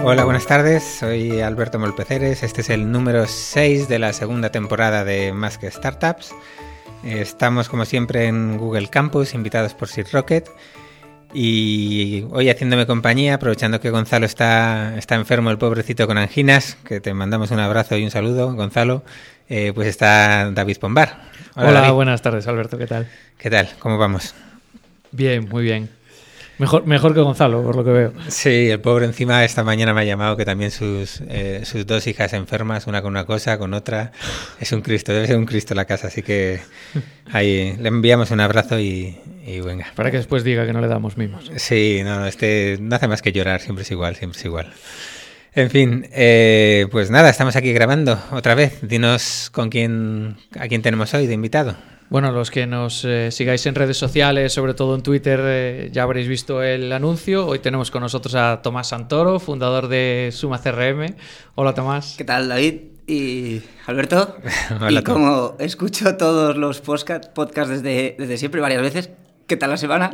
Hola, buenas tardes, soy Alberto Molpeceres, este es el número 6 de la segunda temporada de Más que Startups. Estamos como siempre en Google Campus, invitados por Sir Rocket, y hoy haciéndome compañía, aprovechando que Gonzalo está enfermo, el pobrecito, con anginas, que te mandamos un abrazo y un saludo, Gonzalo, pues está David Pombar. Hola, David. Buenas tardes, Alberto, ¿qué tal? ¿Qué tal? ¿Cómo vamos? Bien, muy bien. Mejor que Gonzalo, por lo que veo. Sí, el pobre encima esta mañana me ha llamado que también sus dos hijas enfermas, una con una cosa, con otra. Es un Cristo, debe ser un Cristo la casa, así que ahí le enviamos un abrazo y venga. Para que después diga que no le damos mimos. Sí, no hace más que llorar, siempre es igual, siempre es igual. En fin, pues nada, estamos aquí grabando otra vez. Dinos a quién tenemos hoy de invitado. Bueno, los que nos sigáis en redes sociales, sobre todo en Twitter, ya habréis visto el anuncio. Hoy tenemos con nosotros a Tomás Santoro, fundador de Suma CRM. Hola, Tomás. ¿Qué tal, David y Alberto? Hola, y como escucho todos los podcasts desde siempre, varias veces, ¿qué tal la semana?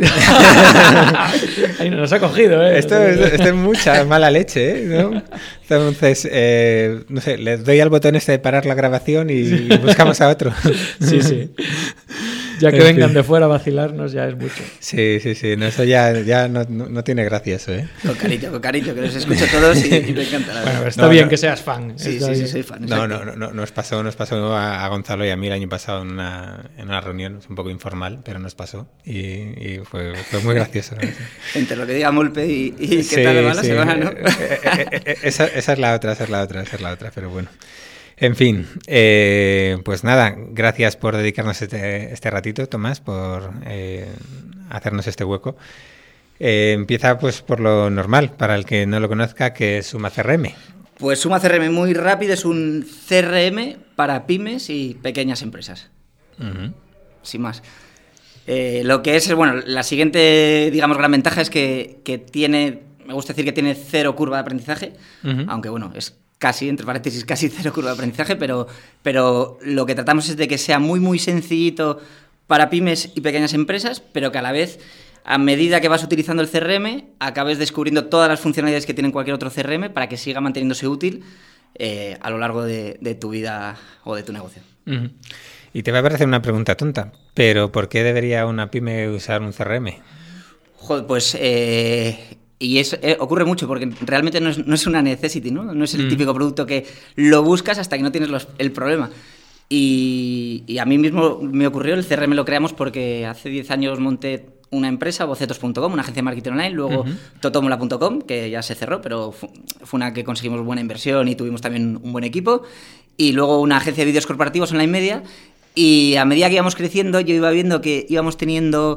Ahí nos ha cogido, ¿eh? Esto es mucha mala leche, ¿no? Entonces, no sé, le doy al botón de parar la grabación y buscamos a otro. Sí. Ya que vengan de fuera a vacilarnos ya es mucho. Sí. No, eso ya no tiene gracia eso, ¿eh? Con cariño, que los escucho todos y me encanta. Bueno, pero está bien que seas fan. Sí, soy fan. No, nos pasó a Gonzalo y a mí el año pasado en una reunión, un poco informal, pero nos pasó y fue muy gracioso, ¿no? Entre lo que diga Molpe y qué tal va la semana, ¿no? Esa es la otra, pero bueno. En fin, pues nada, gracias por dedicarnos este ratito, Tomás, por hacernos este hueco. Empieza pues por lo normal, para el que no lo conozca, que es Suma CRM. Pues Suma CRM muy rápido, es un CRM para pymes y pequeñas empresas. Uh-huh. Sin más. Lo que es, bueno, la siguiente, digamos, gran ventaja es que me gusta decir que tiene cero curva de aprendizaje, uh-huh. Aunque bueno, es casi, entre paréntesis, casi cero curva de aprendizaje, pero lo que tratamos es de que sea muy, muy sencillito para pymes y pequeñas empresas, pero que a la vez, a medida que vas utilizando el CRM, acabes descubriendo todas las funcionalidades que tiene cualquier otro CRM para que siga manteniéndose útil a lo largo de tu vida o de tu negocio. Uh-huh. Y te va a parecer una pregunta tonta, pero ¿por qué debería una pyme usar un CRM? Joder, pues... Y ocurre mucho porque realmente no es una necessity, ¿no? No es el típico producto que lo buscas hasta que no tienes el problema. Y a mí mismo me ocurrió, el CRM lo creamos porque hace 10 años monté una empresa, Bocetos.com, una agencia de marketing online, luego Totomola.com, que ya se cerró, pero fue una que conseguimos buena inversión y tuvimos también un buen equipo, y luego una agencia de vídeos corporativos online media, y a medida que íbamos creciendo yo iba viendo que íbamos teniendo...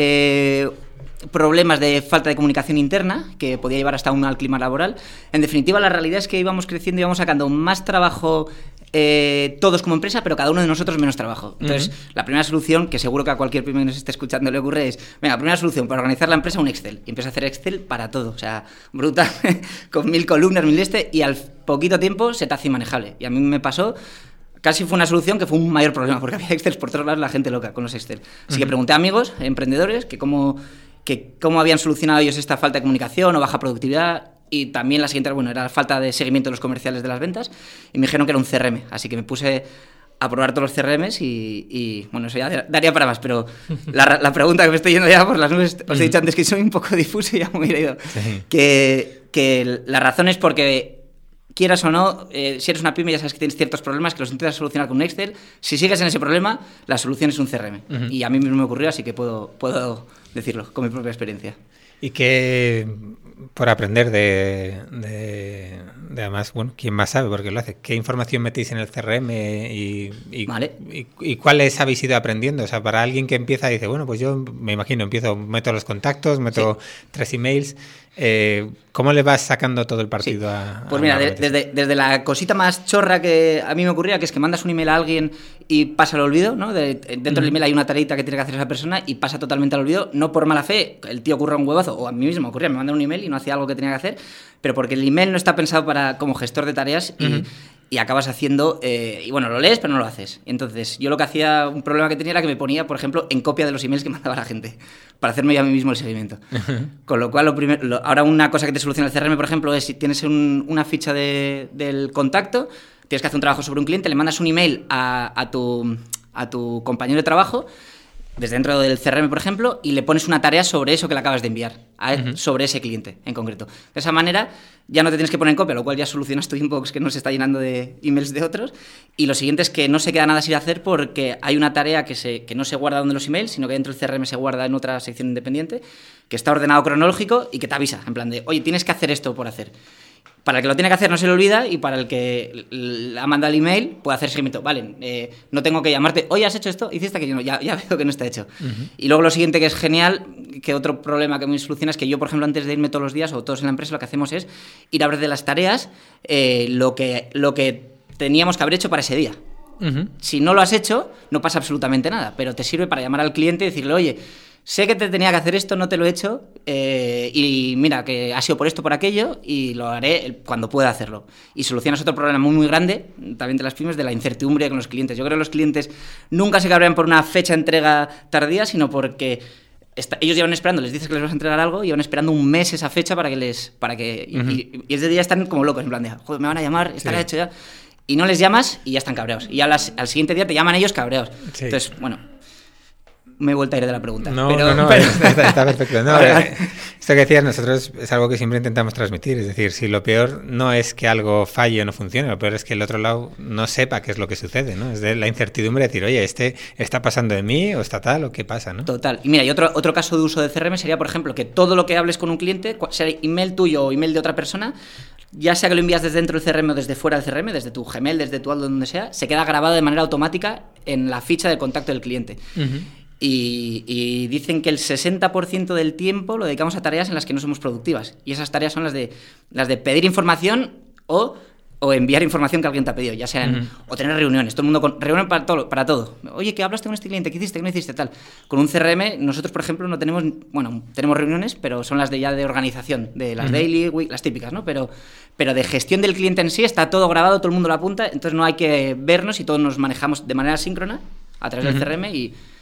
problemas de falta de comunicación interna que podía llevar hasta un mal clima laboral. En definitiva, la realidad es que íbamos creciendo y íbamos sacando más trabajo todos como empresa, pero cada uno de nosotros menos trabajo. Entonces, uh-huh. La primera solución, que seguro que a cualquier pyme que nos esté escuchando le ocurre, es, venga, primera solución para organizar la empresa, un Excel. Y empieza a hacer Excel para todo, o sea, brutal, con 1000 columnas, 1000 y al poquito tiempo se te hace inmanejable. Y a mí me pasó... Casi fue una solución que fue un mayor problema, porque había Excel por todos lados, la gente loca con los Excel. Así que pregunté a amigos, emprendedores, que cómo habían solucionado ellos esta falta de comunicación o baja productividad, y también la siguiente, bueno, era la falta de seguimiento de los comerciales de las ventas, y me dijeron que era un CRM, así que me puse a probar todos los CRMs y bueno, eso ya daría para más, pero la pregunta que me estoy yendo ya por las nubes, os he dicho antes que soy un poco difuso y ya me hubiera ido, sí. que la razón es porque... Quieras o no, si eres una pyme ya sabes que tienes ciertos problemas que los intentas solucionar con un Excel. Si sigues en ese problema, la solución es un CRM. Uh-huh. Y a mí mismo me ocurrió, así que puedo decirlo con mi propia experiencia. Y que, por aprender de además, bueno, ¿quién más sabe? Porque lo hace. ¿Qué información metéis en el CRM vale. y cuáles habéis ido aprendiendo? O sea, para alguien que empieza y dice, bueno, pues yo me imagino, meto los contactos, meto 3 emails... ¿cómo le vas sacando todo el partido a Pues mira, desde la cosita más chorra que a mí me ocurría, que es que mandas un email a alguien y pasa al olvido, ¿no? Dentro del email hay una tareita que tiene que hacer esa persona y pasa totalmente al olvido, no por mala fe, el tío ocurre un huevazo, o a mí mismo ocurría, me mandan un email y no hacía algo que tenía que hacer, pero porque el email no está pensado como gestor de tareas y acabas haciendo, y bueno, lo lees pero no lo haces. Entonces yo lo que hacía, un problema que tenía era que me ponía, por ejemplo, en copia de los emails que mandaba la gente, para hacerme yo a mí mismo el seguimiento. Con lo cual, ahora una cosa que te soluciona el CRM, por ejemplo, es si tienes una ficha del contacto, tienes que hacer un trabajo sobre un cliente, le mandas un email a tu compañero de trabajo, desde dentro del CRM, por ejemplo, y le pones una tarea sobre eso que le acabas de enviar, sobre ese cliente en concreto. De esa manera ya no te tienes que poner en copia, lo cual ya solucionas tu inbox que no se está llenando de emails de otros. Y lo siguiente es que no se queda nada sin hacer porque hay una tarea que no se guarda donde los emails, sino que dentro del CRM se guarda en otra sección independiente, que está ordenado cronológico y que te avisa, en plan de, oye, tienes que hacer esto por hacer. Para el que lo tiene que hacer no se le olvida y para el que ha mandado el email puede hacer seguimiento. Vale, no tengo que llamarte, oye, ¿has hecho esto? Hiciste aquello, no, ya veo que no está hecho. Y luego lo siguiente que es genial, que otro problema que me soluciona es que yo, por ejemplo, antes de irme todos los días o todos en la empresa, lo que hacemos es ir a ver de las tareas lo que teníamos que haber hecho para ese día. Si no lo has hecho, no pasa absolutamente nada, pero te sirve para llamar al cliente y decirle, oye, sé que te tenía que hacer esto, no te lo he hecho, y mira, que ha sido por esto, por aquello, y lo haré cuando pueda hacerlo. Y solucionas otro problema muy, muy grande, también de las pymes, de la incertidumbre con los clientes. Yo creo que los clientes nunca se cabrean por una fecha de entrega tardía, sino porque ellos llevan esperando, les dices que les vas a entregar algo, y llevan esperando un mes esa fecha y ese día están como locos, en plan de, joder, me van a llamar, estará hecho ya. Y no les llamas y ya están cabreados. Y al siguiente día te llaman ellos cabreados. Sí. Entonces, bueno, me he vuelto a ir de la pregunta. No, está perfecto. No, esto que decías, nosotros es algo que siempre intentamos transmitir. Es decir, si lo peor no es que algo falle o no funcione, lo peor es que el otro lado no sepa qué es lo que sucede, ¿no? Es de la incertidumbre de decir, oye, ¿está pasando de mí o está tal o qué pasa, ¿no? Total. Y mira, y otro caso de uso de CRM sería, por ejemplo, que todo lo que hables con un cliente, sea email tuyo o email de otra persona, ya sea que lo envías desde dentro del CRM o desde fuera del CRM, desde tu Gmail, desde tu Outlook, donde sea, se queda grabado de manera automática en la ficha de contacto del cliente. Y dicen que el 60% del tiempo lo dedicamos a tareas en las que no somos productivas. Y esas tareas son las de pedir información o enviar información que alguien te ha pedido, ya sean o tener reuniones, todo el mundo reúnen para todo. Oye, ¿qué hablaste con este cliente? ¿Qué hiciste? ¿Qué no hiciste? Tal. Con un CRM, nosotros, por ejemplo, no tenemos, tenemos reuniones, pero son las de organización, de las daily, week, las típicas, ¿no? Pero de gestión del cliente en sí está todo grabado, todo el mundo lo apunta, entonces no hay que vernos y todos nos manejamos de manera síncrona a través del CRM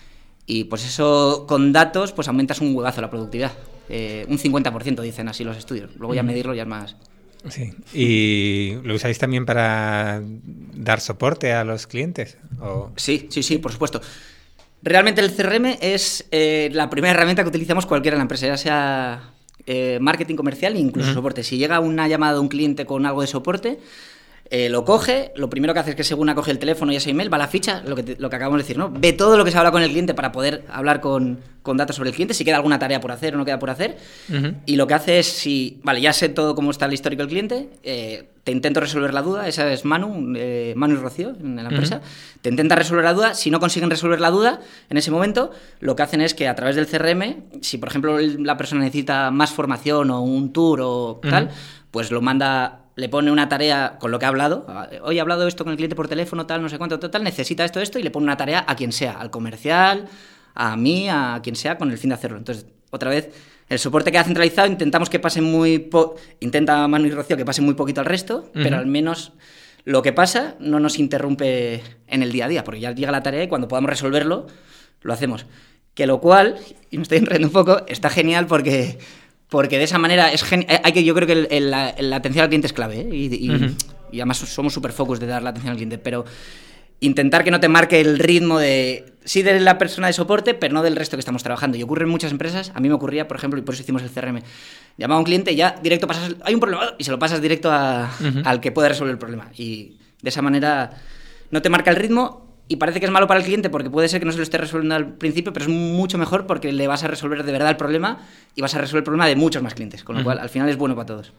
y pues eso, con datos, pues aumentas un huevazo la productividad. Un 50% dicen así los estudios. Luego ya medirlo ya es más... Sí. ¿Y lo usáis también para dar soporte a los clientes? ¿O? Sí, por supuesto. Realmente el CRM es la primera herramienta que utilizamos cualquiera en la empresa, ya sea marketing comercial e incluso soporte. Si llega una llamada de un cliente con algo de soporte, lo coge, lo primero que hace es que según acoge el teléfono y ese email, va a la ficha, lo que acabamos de decir, ¿no? Ve todo lo que se habla con el cliente para poder hablar con datos sobre el cliente, si queda alguna tarea por hacer o no queda por hacer, y lo que hace es, ya sé todo cómo está el histórico del cliente, te intento resolver la duda, esa es Manu y Rocío en la empresa, te intenta resolver la duda, si no consiguen resolver la duda, en ese momento, lo que hacen es que a través del CRM, si por ejemplo la persona necesita más formación o un tour o tal, pues lo manda... Le pone una tarea con lo que ha hablado. Hoy he hablado esto con el cliente por teléfono, tal, no sé cuánto, tal, necesita esto, y le pone una tarea a quien sea, al comercial, a mí, a quien sea, con el fin de hacerlo. Entonces, otra vez, el soporte queda centralizado, intentamos que pase intenta Manu y Rocío que pase muy poquito al resto, pero al menos lo que pasa no nos interrumpe en el día a día, porque ya llega la tarea y cuando podamos resolverlo, lo hacemos. Que lo cual, y me estoy enredando un poco, está genial porque de esa manera yo creo que la atención al cliente es clave, ¿eh? Y además somos súper focus de dar la atención al cliente, pero intentar que no te marque el ritmo de la persona de soporte, pero no del resto que estamos trabajando. Y ocurre en muchas empresas, a mí me ocurría, por ejemplo, y por eso hicimos el CRM, llamaba a un cliente y ya directo pasas, hay un problema, y se lo pasas directo al que puede resolver el problema. Y de esa manera no te marca el ritmo. Y parece que es malo para el cliente porque puede ser que no se lo esté resolviendo al principio, pero es mucho mejor porque le vas a resolver de verdad el problema y vas a resolver el problema de muchos más clientes, con lo cual al final es bueno para todos.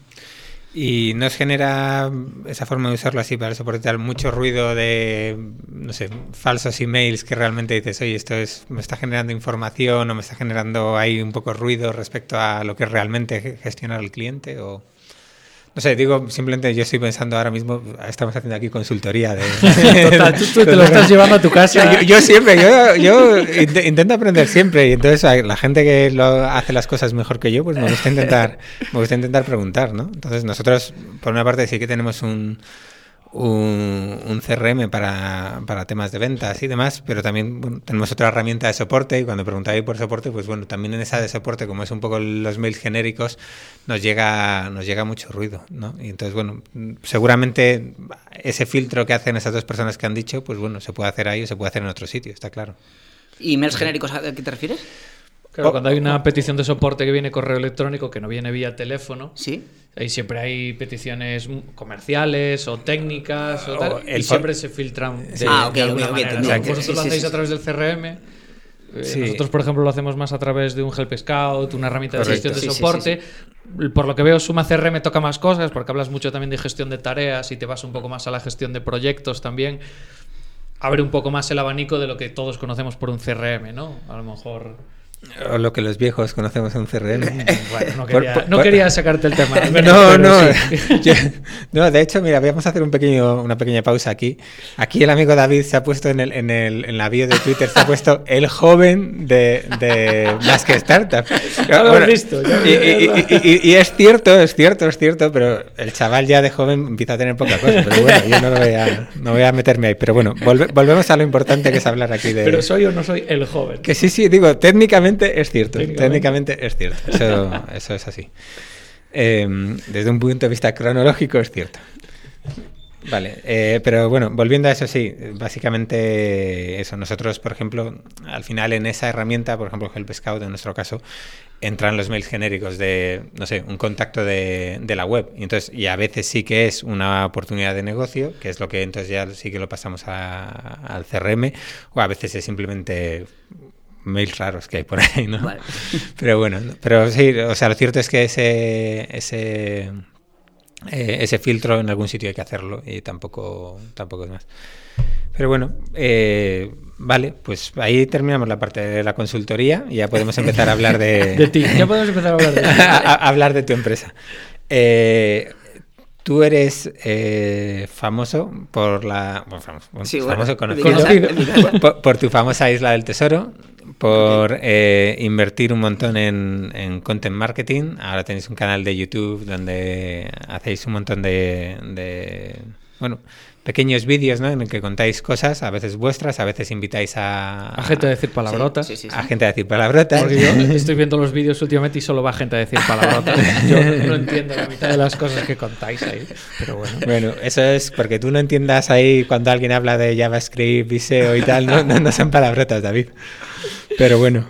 ¿Y nos genera esa forma de usarlo así para el soporte mucho ruido de, no sé, falsos emails que realmente dices, oye, me está generando información o me está generando ahí un poco ruido respecto a lo que es realmente gestionar al cliente? O... No sé, digo, simplemente yo estoy pensando ahora mismo, estamos haciendo aquí consultoría de... Total, tú te lo estás llevando a tu casa. Yo siempre, yo intento aprender siempre y entonces la gente que hace las cosas mejor que yo, pues me gusta intentar preguntar, ¿no? Entonces nosotros, por una parte, sí que tenemos un un CRM para temas de ventas y demás, pero también bueno, tenemos otra herramienta de soporte, y cuando preguntáis por soporte, pues bueno, también en esa de soporte, como es un poco los mails genéricos, nos llega mucho ruido, ¿no? Y entonces, bueno, seguramente ese filtro que hacen esas dos personas que han dicho, pues bueno, se puede hacer ahí o se puede hacer en otro sitio, está claro. ¿Y mails genéricos a qué te refieres? Claro, cuando hay una petición de soporte que viene correo electrónico, que no viene vía teléfono, sí. Ahí siempre hay peticiones comerciales o técnicas o tal, y siempre se filtran de alguna manera. ¿No? Vosotros lo hacéis a través del CRM. Nosotros, por ejemplo, lo hacemos más a través de un Help Scout, una herramienta de gestión de soporte. Por lo que veo, Suma CRM toca más cosas, porque hablas mucho también de gestión de tareas y te vas un poco más a la gestión de proyectos también. Abre un poco más el abanico de lo que todos conocemos por un CRM, ¿no? A lo mejor... O lo que los viejos conocemos en un CRM. Bueno, no quería sacarte el tema. No, de hecho, mira, vamos a hacer una pequeña pausa aquí. Aquí el amigo David se ha puesto en la bio de Twitter, se ha puesto el joven de Más que Startup. Ya lo he visto. Y es cierto, pero el chaval ya de joven empieza a tener poca cosa. Pero bueno, yo no voy a meterme ahí. Pero bueno, volvemos a lo importante que es hablar aquí de... Pero soy o no soy el joven. Que sí, digo, técnicamente es cierto. Técnicamente es cierto. Eso es así. Desde un punto de vista cronológico es cierto. Vale, pero bueno, volviendo a eso, sí, básicamente eso. Nosotros, por ejemplo, al final en esa herramienta, por ejemplo, Help Scout, en nuestro caso, entran los mails genéricos de, no sé, un contacto de la web. Y a veces sí que es una oportunidad de negocio, que es lo que entonces ya sí que lo pasamos al CRM, o a veces es simplemente... mails raros que hay por ahí, ¿no? Vale. Pero bueno, pero sí, o sea, lo cierto es que ese filtro en algún sitio hay que hacerlo y tampoco es más. Pero bueno, vale, pues ahí terminamos la parte de la consultoría y ya podemos empezar a hablar de ti. Ya podemos empezar a hablar de ti. a hablar de tu empresa. Tú eres famoso por conocido por tu famosa Isla del Tesoro, por invertir un montón en content marketing. Ahora tenéis un canal de YouTube donde hacéis un montón de pequeños vídeos, ¿no? En el que contáis cosas, a veces vuestras, a veces invitáis a gente a decir palabrotas. Sí. A gente a decir palabrotas. Porque yo estoy viendo los vídeos últimamente y solo va gente a decir palabrotas. Yo no entiendo la mitad de las cosas que contáis ahí, pero bueno. Bueno, eso es porque tú no entiendas ahí cuando alguien habla de JavaScript y SEO y tal, no son palabrotas, David. Pero bueno,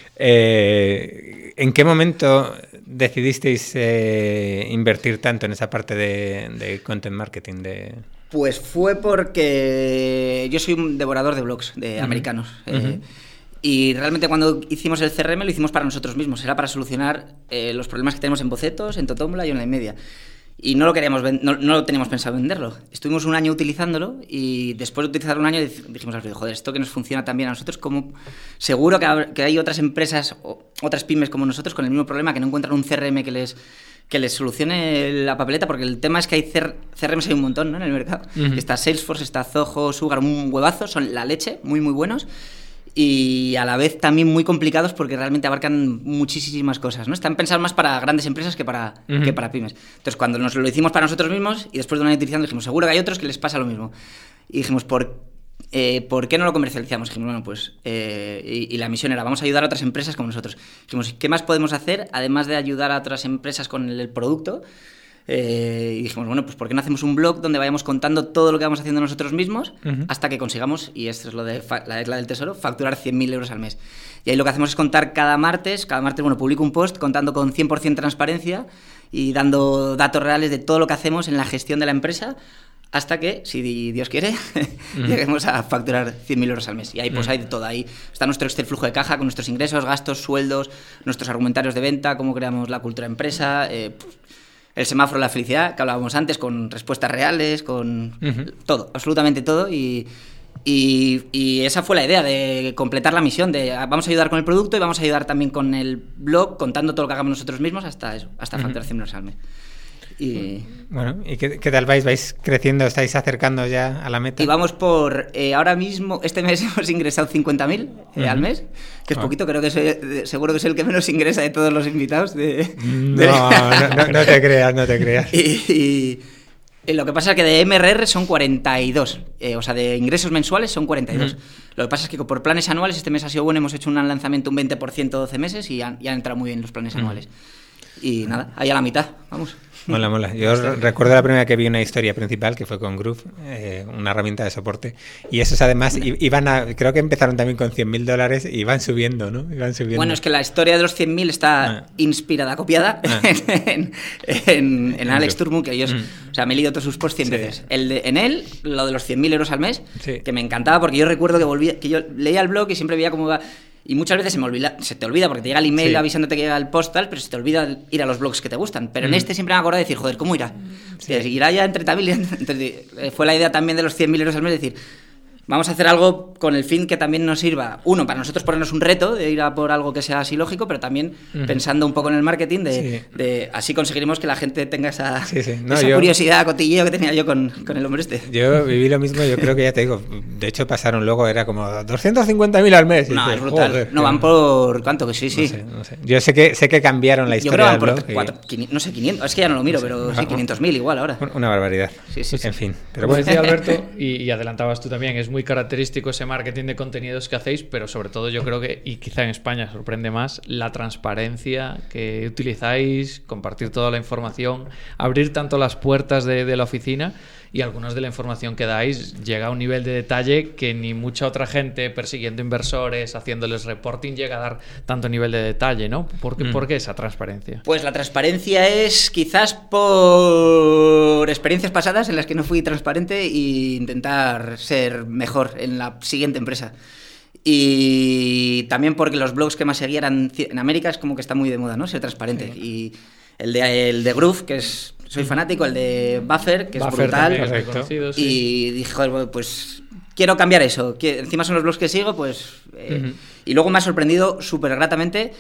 ¿en qué momento decidisteis invertir tanto en esa parte de content marketing? Pues fue porque yo soy un devorador de blogs de americanos. Y realmente cuando hicimos el CRM lo hicimos para nosotros mismos. Era para solucionar los problemas que tenemos en Bocetos, en Totómbola y en Online Media. Y no lo teníamos pensado venderlo. Estuvimos un año utilizándolo y después de utilizar un año dijimos, joder, esto que nos funciona tan bien a nosotros, como seguro que hay otras empresas, otras pymes como nosotros con el mismo problema, que no encuentran un CRM que les solucione la papeleta, porque el tema es que hay CRMs hay un montón, ¿no? En el mercado. Está Salesforce, está Zoho, Sugar, un huevazo, son la leche, muy muy buenos. Y a la vez también muy complicados porque realmente abarcan muchísimas cosas, ¿no? Están pensados más para grandes empresas que para pymes. Entonces, cuando nos lo hicimos para nosotros mismos y después de un año utilizando, dijimos, seguro que hay otros que les pasa lo mismo. Y dijimos, ¿por qué no lo comercializamos? Dijimos, bueno, pues... y la misión era, vamos a ayudar a otras empresas como nosotros. Dijimos, ¿qué más podemos hacer además de ayudar a otras empresas con el producto? Y dijimos, bueno, pues ¿por qué no hacemos un blog donde vayamos contando todo lo que vamos haciendo nosotros mismos hasta que consigamos, y esto es lo de la Isla del Tesoro, facturar 100.000 euros al mes? Y ahí lo que hacemos es contar cada martes, publico un post contando con 100% transparencia y dando datos reales de todo lo que hacemos en la gestión de la empresa hasta que, si Dios quiere, lleguemos a facturar 100.000 euros al mes. Y ahí pues hay de todo. Ahí está nuestro Excel flujo de caja con nuestros ingresos, gastos, sueldos, nuestros argumentarios de venta, cómo creamos la cultura de empresa... el semáforo de la felicidad, que hablábamos antes, con respuestas reales, con todo, absolutamente todo. Y esa fue la idea, de completar la misión, de vamos a ayudar con el producto y vamos a ayudar también con el blog, contando todo lo que hagamos nosotros mismos hasta facturar 100 euros al mes. Bueno, ¿y qué tal vais? ¿Vais creciendo? ¿Estáis acercando ya a la meta? Y vamos por... ahora mismo, este mes hemos ingresado 50.000 al mes, que es poquito, creo que seguro que es el que menos ingresa de todos los invitados. No te creas. Lo que pasa es que de MRR son 42, o sea, de ingresos mensuales son 42. Lo que pasa es que por planes anuales, este mes ha sido bueno, hemos hecho un lanzamiento un 20% 12 meses y han entrado muy bien los planes anuales. Y nada, ahí a la mitad, vamos. Mola. Yo recuerdo la primera vez que vi una historia principal, que fue con Groove, una herramienta de soporte. Y esos además creo que empezaron también con $100,000 y van subiendo, ¿no? Bueno, es que la historia de los 100.000 está inspirada, copiada en Alex Turmo, que ellos, o sea, me he leído todos sus posts 100 veces. En él, lo de los 100.000 euros al mes, que me encantaba porque yo recuerdo que yo leía el blog y siempre veía cómo iba. Y muchas veces se te olvida porque te llega el email avisándote que llega el postal, pero se te olvida ir a los blogs que te gustan. Pero en este siempre me acuerdo de decir, joder, ¿cómo irá? Irá ya en 30.000. Fue la idea también de los 100.000 euros al mes, decir, vamos a hacer algo con el fin que también nos sirva, uno, para nosotros ponernos un reto de ir a por algo que sea así lógico, pero también pensando un poco en el marketing de así conseguiremos que la gente tenga esa curiosidad, cotilleo que tenía yo con el hombre este. Yo viví lo mismo, yo creo que ya te digo, de hecho pasaron luego, era como 250.000 al mes. No, es brutal. Joder, no, van por ¿cuánto? Que sí. No sé. Yo sé que cambiaron la historia. Yo creo que van por 500, es que ya no lo miro, pero sí, 500.000 igual ahora. Una barbaridad. Sí. En fin. Pero como decía Alberto, y adelantabas tú también, es muy característico ese marketing de contenidos que hacéis, pero sobre todo yo creo que, y quizá en España sorprende más, la transparencia que utilizáis, compartir toda la información, abrir tanto las puertas de la oficina, y algunas de la información que dais llega a un nivel de detalle que ni mucha otra gente persiguiendo inversores, haciéndoles reporting, llega a dar tanto nivel de detalle, ¿no? ¿Por qué esa transparencia? Pues la transparencia es quizás por experiencias pasadas en las que no fui transparente e intentar ser mejor en la siguiente empresa. Y también porque los blogs que más seguía eran en América, es como que está muy de moda, ¿no? Ser transparente. Sí. Y el de Groove, que es... Soy fanático, el de Buffer, que Buffer es brutal. Es conocido, sí. Y dije, joder, pues quiero cambiar eso. Encima son los blogs que sigo, pues... Y luego me ha sorprendido súper gratamente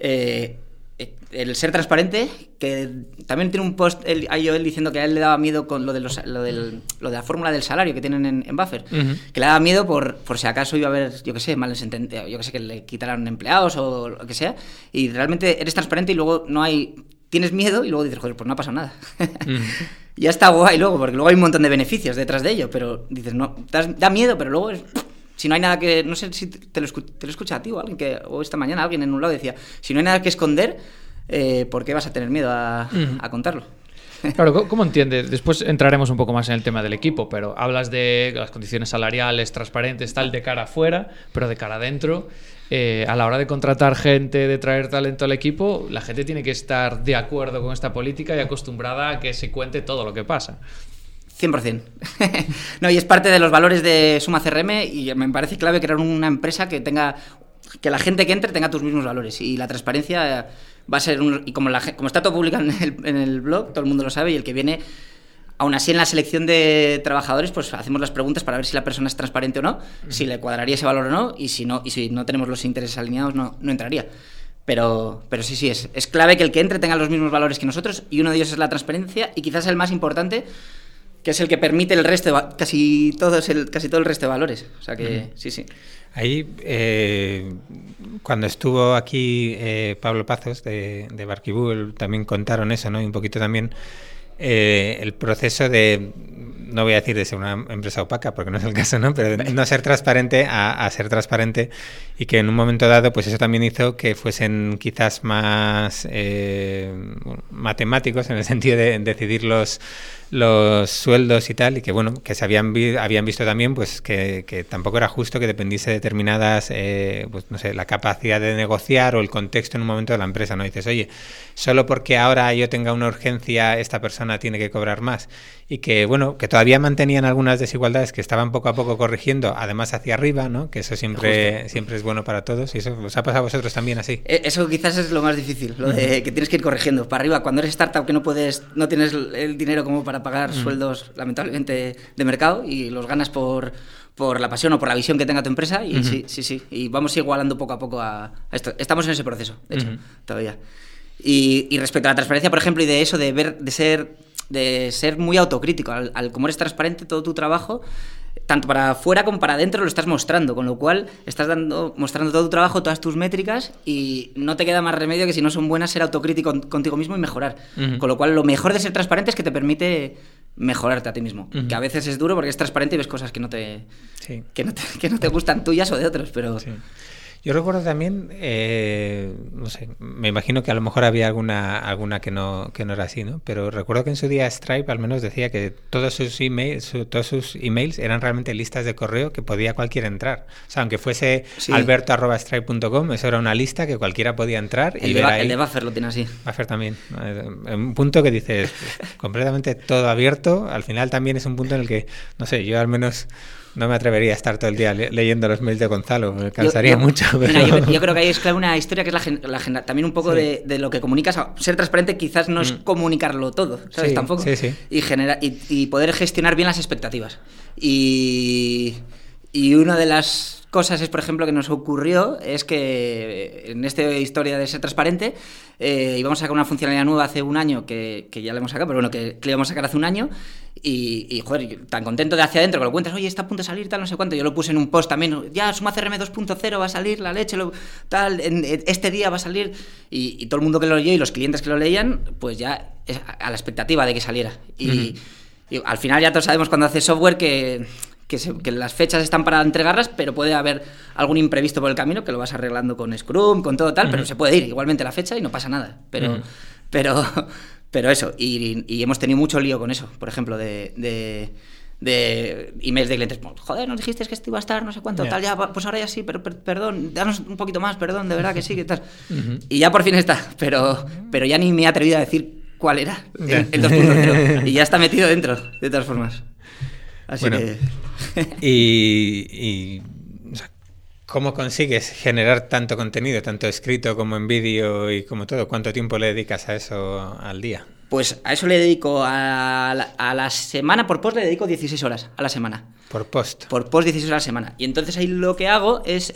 el ser transparente, que también tiene un post él diciendo que a él le daba miedo con lo de la fórmula del salario que tienen en Buffer, que le daba miedo por si acaso iba a haber, yo que sé, malentendidos, yo que sé, que le quitaran empleados o lo que sea, y realmente eres transparente y luego no hay... Tienes miedo y luego dices, joder, pues no ha pasado nada. Ya está guay luego, porque luego hay un montón de beneficios detrás de ello, pero dices, no, da miedo, pero luego si no hay nada que... No sé si te lo escucha a ti o alguien o esta mañana alguien en un lado decía, si no hay nada que esconder, ¿por qué vas a tener miedo a contarlo? Claro, ¿cómo entiendes? Después entraremos un poco más en el tema del equipo, pero hablas de las condiciones salariales transparentes, tal, de cara afuera, pero de cara adentro. A la hora de contratar gente, de traer talento al equipo, la gente tiene que estar de acuerdo con esta política y acostumbrada a que se cuente todo lo que pasa. 100%. No, y es parte de los valores de Suma CRM y me parece clave crear una empresa que la gente que entre tenga tus mismos valores, y la transparencia va a ser y como está todo publicado en el blog, todo el mundo lo sabe, y el que viene, aún así en la selección de trabajadores, pues hacemos las preguntas para ver si la persona es transparente o no, si le cuadraría ese valor o no, y si no tenemos los intereses alineados no entraría. Pero sí, es clave que el que entre tenga los mismos valores que nosotros, y uno de ellos es la transparencia, y quizás el más importante, que es el que permite el resto casi todo el resto de valores. O sea que sí. Ahí, cuando estuvo aquí Pablo Pazos de Barquibú, también contaron eso, ¿no? Y un poquito también el proceso de, no voy a decir de ser una empresa opaca, porque no es el caso, ¿no? Pero de no ser transparente a ser transparente, y que en un momento dado, pues eso también hizo que fuesen quizás más matemáticos en el sentido de decidir los sueldos y tal, y que bueno, que se habían visto también pues que tampoco era justo que dependiese de determinadas pues no sé, la capacidad de negociar o el contexto en un momento de la empresa, ¿no? Dices, oye, solo porque ahora yo tenga una urgencia esta persona tiene que cobrar más, y que bueno, que todavía mantenían algunas desigualdades que estaban poco a poco corrigiendo, además hacia arriba, ¿no? Que eso siempre es bueno para todos, y eso os ha pasado a vosotros también así. Eso quizás es lo más difícil, lo de que tienes que ir corrigiendo para arriba cuando eres startup, que no tienes el dinero como para pagar sueldos lamentablemente de mercado, y los ganas por la pasión o por la visión que tenga tu empresa, y sí, y vamos igualando poco a poco a esto. Estamos en ese proceso, de hecho, todavía. Y respecto a la transparencia, por ejemplo, y de eso, de ser muy autocrítico, al como eres transparente, todo tu trabajo, tanto para afuera como para adentro, lo estás mostrando, con lo cual estás mostrando todo tu trabajo, todas tus métricas, y no te queda más remedio que, si no son buenas, ser autocrítico contigo mismo y mejorar. Con lo cual, lo mejor de ser transparente es que te permite mejorarte a ti mismo. Que a veces es duro porque es transparente y ves cosas que no te gustan tuyas o de otros, pero... Sí. Yo recuerdo también, no sé, me imagino que a lo mejor había alguna que no era así, ¿no? Pero recuerdo que en su día Stripe al menos decía que todos sus emails eran realmente listas de correo que podía cualquiera entrar. O sea, aunque fuese alberto@stripe.com, eso era una lista que cualquiera podía entrar y ver ahí. El de Buffer lo tiene así. Buffer también. Un punto que dices, completamente todo abierto. Al final también es un punto en el que, no sé, yo al menos... No me atrevería a estar todo el día leyendo los mails de Gonzalo, me cansaría mucho. Pero... Mira, yo creo que ahí es clave una historia que es también un poco de lo que comunicas. Ser transparente quizás no es comunicarlo todo, ¿sabes? Sí, tampoco. Sí. Y poder gestionar bien las expectativas. Y una de las cosas es, por ejemplo, que nos ocurrió es que en esta historia de ser transparente íbamos a sacar una funcionalidad nueva hace un año que ya la hemos sacado, pero bueno, que le íbamos a sacar hace un año y joder, tan contento de hacia adentro que lo cuentas, oye, está a punto de salir, tal, no sé cuánto. Yo lo puse en un post también, ya SumaCRM 2.0 va a salir, la leche, tal, este día va a salir y todo el mundo que lo leyó y los clientes que lo leían, pues ya a la expectativa de que saliera. Y al final ya todos sabemos cuando haces software que las fechas están para entregarlas, pero puede haber algún imprevisto por el camino que lo vas arreglando con Scrum, con todo tal, pero se puede ir igualmente la fecha y no pasa nada. Pero eso, y hemos tenido mucho lío con eso, por ejemplo, de emails de clientes, joder, nos dijiste que esto iba a estar, no sé cuánto, tal, ya, pues ahora ya sí, pero perdón, danos un poquito más, perdón, de verdad que sí, que tal. Y ya por fin está, pero ya ni me he atrevido a decir cuál era el 2.0, y ya está metido dentro, de todas formas. Así bueno, que... y o sea, ¿cómo consigues generar tanto contenido, tanto escrito como en vídeo y como todo? ¿Cuánto tiempo le dedicas a eso al día? Pues a eso le dedico a la semana, por post le dedico 16 horas a la semana. ¿Por post? Por post 16 horas a la semana. Y entonces ahí lo que hago es...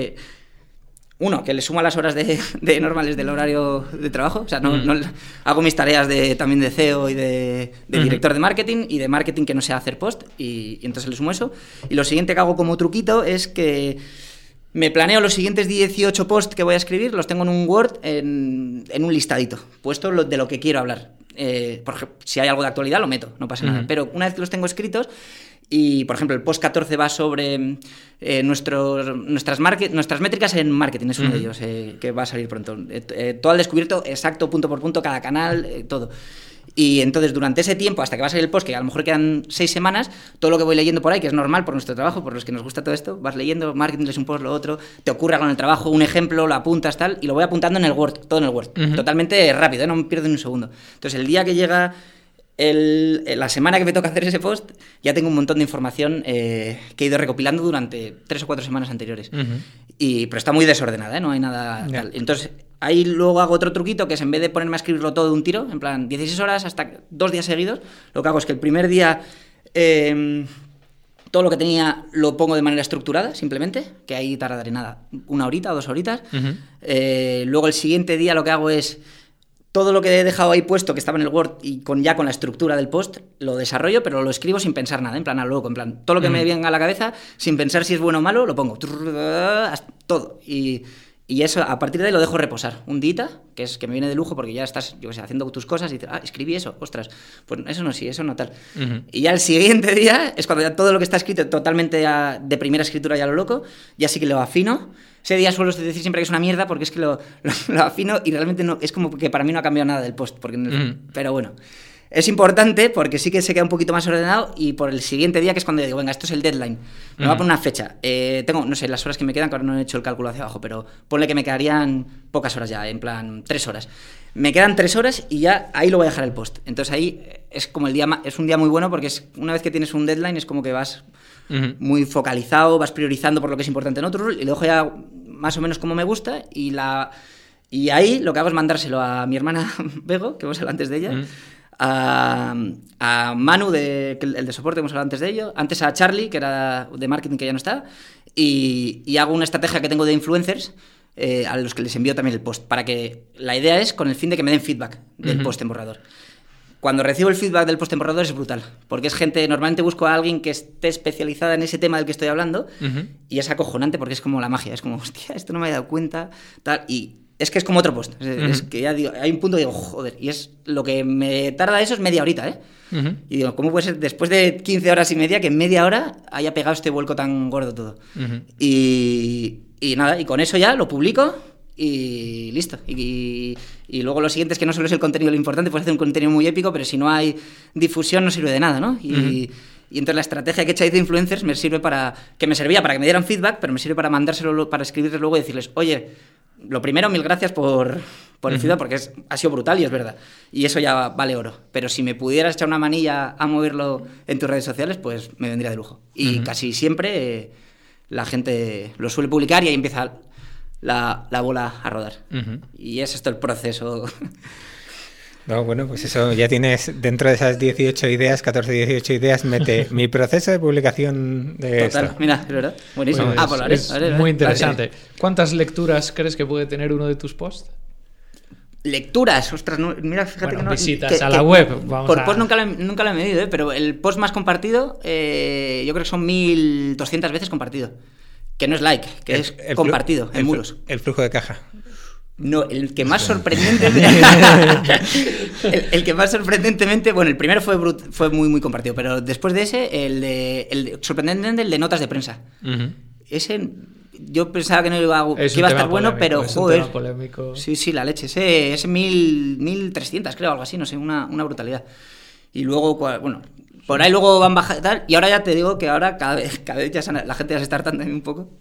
uno, que le suma las horas de normales del horario de trabajo. O sea, no hago mis tareas también de CEO y de director de marketing y de marketing que no sea hacer post. Y entonces le sumo eso. Y lo siguiente que hago como truquito es que me planeo los siguientes 18 posts que voy a escribir, los tengo en un Word en un listadito, puesto de lo que quiero hablar. Por ejemplo, si hay algo de actualidad lo meto, no pasa nada. Pero una vez que los tengo escritos... Y, por ejemplo, el post 14 va sobre nuestras métricas en marketing, es uno de ellos, que va a salir pronto. Todo al descubierto, exacto, punto por punto, cada canal, todo. Y entonces, durante ese tiempo, hasta que va a salir el post, que a lo mejor quedan 6 semanas, todo lo que voy leyendo por ahí, que es normal por nuestro trabajo, por los que nos gusta todo esto, vas leyendo, marketing es un post, lo otro, te ocurre algo en el trabajo, un ejemplo, lo apuntas, tal, y lo voy apuntando en el Word, todo en el Word. Totalmente rápido, no me pierdo ni un segundo. Entonces, el día que llega... la semana que me toca hacer ese post ya tengo un montón de información que he ido recopilando durante 3 o 4 semanas anteriores. Pero está muy desordenada, no hay nada tal. Entonces ahí luego hago otro truquito, que es en vez de ponerme a escribirlo todo de un tiro, en plan 16 horas hasta 2 días seguidos, lo que hago es que el primer día todo lo que tenía lo pongo de manera estructurada, simplemente, que ahí tardaré nada, 1 horita o 2 horitas. Luego el siguiente día lo que hago es todo lo que he dejado ahí puesto, que estaba en el Word y con la estructura del post, lo desarrollo, pero lo escribo sin pensar nada, en plan a lo loco, en plan, todo lo que me venga a la cabeza, sin pensar si es bueno o malo, lo pongo, todo. Y eso, a partir de ahí lo dejo reposar. Un día, que me viene de lujo porque ya estás, yo qué sé, haciendo tus cosas y dices, escribí eso, ostras, pues eso no, sí, eso no tal. Y ya el siguiente día es cuando ya todo lo que está escrito totalmente de primera escritura ya lo loco, ya sí que lo afino. Ese día suelo decir siempre que es una mierda porque es que lo afino y realmente no, es como que para mí no ha cambiado nada del post, porque pero bueno. Es importante porque sí que se queda un poquito más ordenado y por el siguiente día, que es cuando digo, venga, esto es el deadline, me voy a poner una fecha. Tengo, no sé, las horas que me quedan, que ahora no he hecho el cálculo hacia abajo, pero ponle que me quedarían pocas horas ya, en plan 3 horas. Me quedan 3 horas y ya ahí lo voy a dejar el post. Entonces ahí es como es un día muy bueno porque una vez que tienes un deadline es como que vas muy focalizado, vas priorizando por lo que es importante en otro y lo dejo ya más o menos como me gusta y ahí lo que hago es mandárselo a mi hermana Bego, que hemos hablado antes de ella, a Manu, el de soporte, hemos hablado antes de ello, antes a Charlie, que era de marketing, que ya no está, y hago una estrategia que tengo de influencers a los que les envío también el post, para que la idea es con el fin de que me den feedback del post en borrador. Cuando recibo el feedback del post en borrador es brutal, porque es gente, normalmente busco a alguien que esté especializada en ese tema del que estoy hablando, y es acojonante porque es como la magia, es como, hostia, esto no me he dado cuenta, tal, y es que es como otro post. Es que ya digo, hay un punto que digo, joder, y es lo que me tarda eso es media horita, ¿eh? Y digo, ¿cómo puede ser después de 15 horas y media que en media hora haya pegado este vuelco tan gordo todo? Y nada, y con eso ya lo publico y listo. Y luego lo siguiente es que no solo es el contenido lo importante, puedes hacer un contenido muy épico, pero si no hay difusión no sirve de nada, ¿no? Y entonces la estrategia que he hecho ahí de influencers me servía para que me dieran feedback, pero me sirve para mandárselo, para escribirles luego y decirles, oye, lo primero, 1000 gracias por el feedback, porque ha sido brutal y es verdad. Y eso ya vale oro. Pero si me pudieras echar una manilla a moverlo en tus redes sociales, pues me vendría de lujo. Y casi siempre la gente lo suele publicar y ahí empieza la bola a rodar. Y es esto el proceso. No, bueno, pues eso ya tienes dentro de esas 18 ideas, 18 ideas, mete mi proceso de publicación de Total, esto. Mira, es verdad. Buenísimo. Bueno, es muy interesante. ¿Cuántas lecturas crees que puede tener uno de tus posts? Lecturas, ostras, no, mira, fíjate que no. Visitas a la web. Por post nunca lo he medido, pero el post más compartido, yo creo que son 1200 veces compartido. Que no es like, que es compartido en muros. El flujo de caja. No, el que más sorprendentemente. el que más sorprendentemente. Bueno, el primero fue muy, muy compartido, pero después de ese, sorprendentemente, el de notas de prensa. Ese. Yo pensaba que no iba a estar bueno, pero joder. Sí, la leche. Ese 1300, creo, algo así, no sé, una brutalidad. Y luego, bueno, por ahí luego van bajando tal, y ahora ya te digo que ahora cada vez la gente ya se está hartando un poco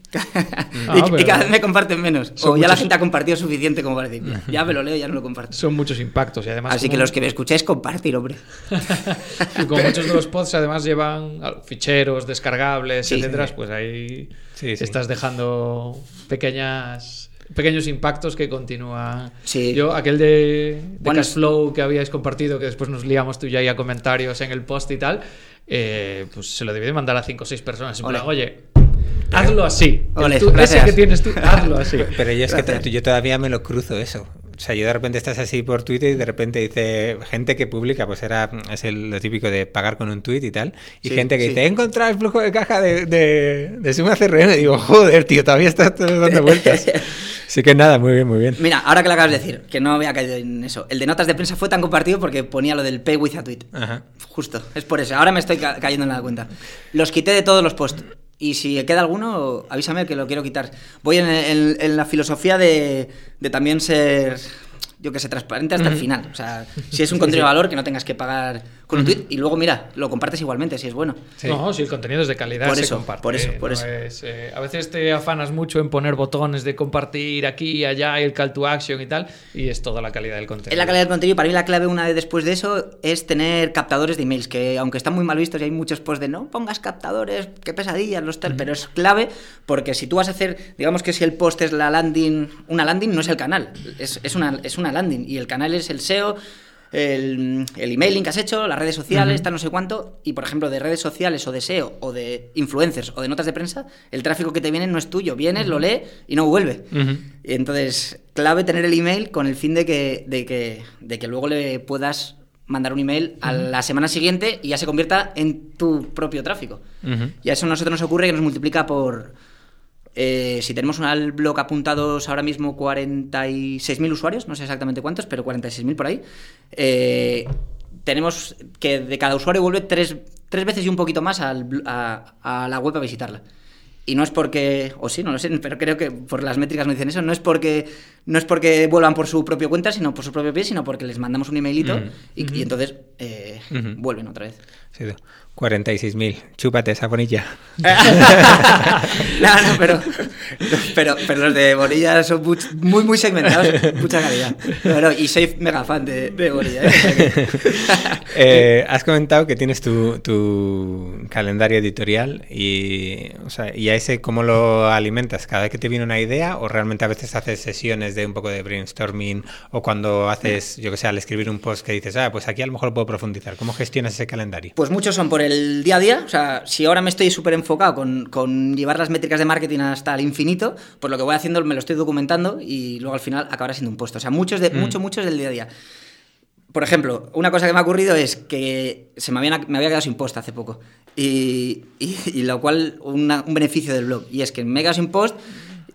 y cada vez me comparten menos, o ya la gente ha compartido suficiente como para decir, ya me lo leo, ya no lo comparto. Son muchos impactos y además... Así que los que me escucháis, compartir, hombre. Y como muchos de los posts además llevan ficheros descargables, etcétera, pues ahí estás dejando pequeños impactos que continúan. Sí. Yo, aquel de Cashflow que habíais compartido, que después nos liamos tú y yo ahí a comentarios en el post y tal, pues se lo debí de mandar a 5 o 6 personas. En plan, oye, hazlo así. Ese que tienes tú, hazlo así. Pero yo es que yo todavía me lo cruzo eso. O sea, yo de repente estás así por Twitter y de repente dice gente que publica, pues es lo típico de pagar con un tweet y tal, y gente que dice, he encontrado el flujo de caja de Suma CRM, y digo, joder, tío, todavía estás dando vueltas. Así que nada, muy bien, muy bien. Mira, ahora que lo acabas de decir, que no había caído en eso, el de notas de prensa fue tan compartido porque ponía lo del pay with a tweet. Ajá. Justo, es por eso, ahora me estoy cayendo en la cuenta. Los quité de todos los posts. Y si queda alguno, avísame que lo quiero quitar. Voy en la filosofía de también ser, yo que sé, transparente hasta el final. O sea, si es un contenido de valor, que no tengas que pagar con un tweet. Y luego, mira, lo compartes igualmente, si es bueno. Sí. No, si el contenido es de calidad, se comparte. Por eso. A veces te afanas mucho en poner botones de compartir aquí y allá y el call to action y tal, y es toda la calidad del contenido. Es la calidad del contenido. Para mí la clave una vez después de eso es tener captadores de emails, que aunque están muy mal vistos y hay muchos posts de no pongas captadores, qué pesadillas, los tal, pero es clave porque si tú vas a hacer, digamos que si el post es una landing no es el canal, es una landing y el canal es el SEO, el emailing que has hecho, las redes sociales, tal no sé cuánto, y por ejemplo de redes sociales o de SEO o de influencers o de notas de prensa, el tráfico que te viene no es tuyo, vienes, lo lee y no vuelve. Y entonces, clave tener el email con el fin de que luego le puedas mandar un email a la semana siguiente y ya se convierta en tu propio tráfico. Y a eso a nosotros nos ocurre que nos multiplica por... si tenemos al blog apuntados ahora mismo 46.000 usuarios, no sé exactamente cuántos, pero 46.000 por ahí, tenemos que de cada usuario vuelve tres veces y un poquito más a la web a visitarla. Y no es porque, o sí, no lo sé, pero creo que por las métricas no dicen eso, no es porque vuelvan por su propia cuenta, sino por su propio pie, sino porque les mandamos un emailito y entonces vuelven otra vez. Sí, 46.000. Chúpate esa Bonilla. No, pero los de Bonilla son muy, muy segmentados, mucha calidad. Y soy mega fan de Bonilla. Has comentado que tienes tu calendario editorial y a ese, ¿cómo lo alimentas? ¿Cada vez que te viene una idea o realmente a veces haces sesiones de un poco de brainstorming o cuando haces, yo que sé, al escribir un post que dices, pues aquí a lo mejor puedo profundizar? ¿Cómo gestionas ese calendario? Pues muchos son por el día a día. O sea, si ahora me estoy súper enfocado con llevar las métricas de marketing hasta el infinito, pues lo que voy haciendo me lo estoy documentando y luego al final acabará siendo un post. O sea, muchos del día a día. Por ejemplo, una cosa que me ha ocurrido es que me había quedado sin post hace poco y lo cual un beneficio del blog, y es que me he quedado sin post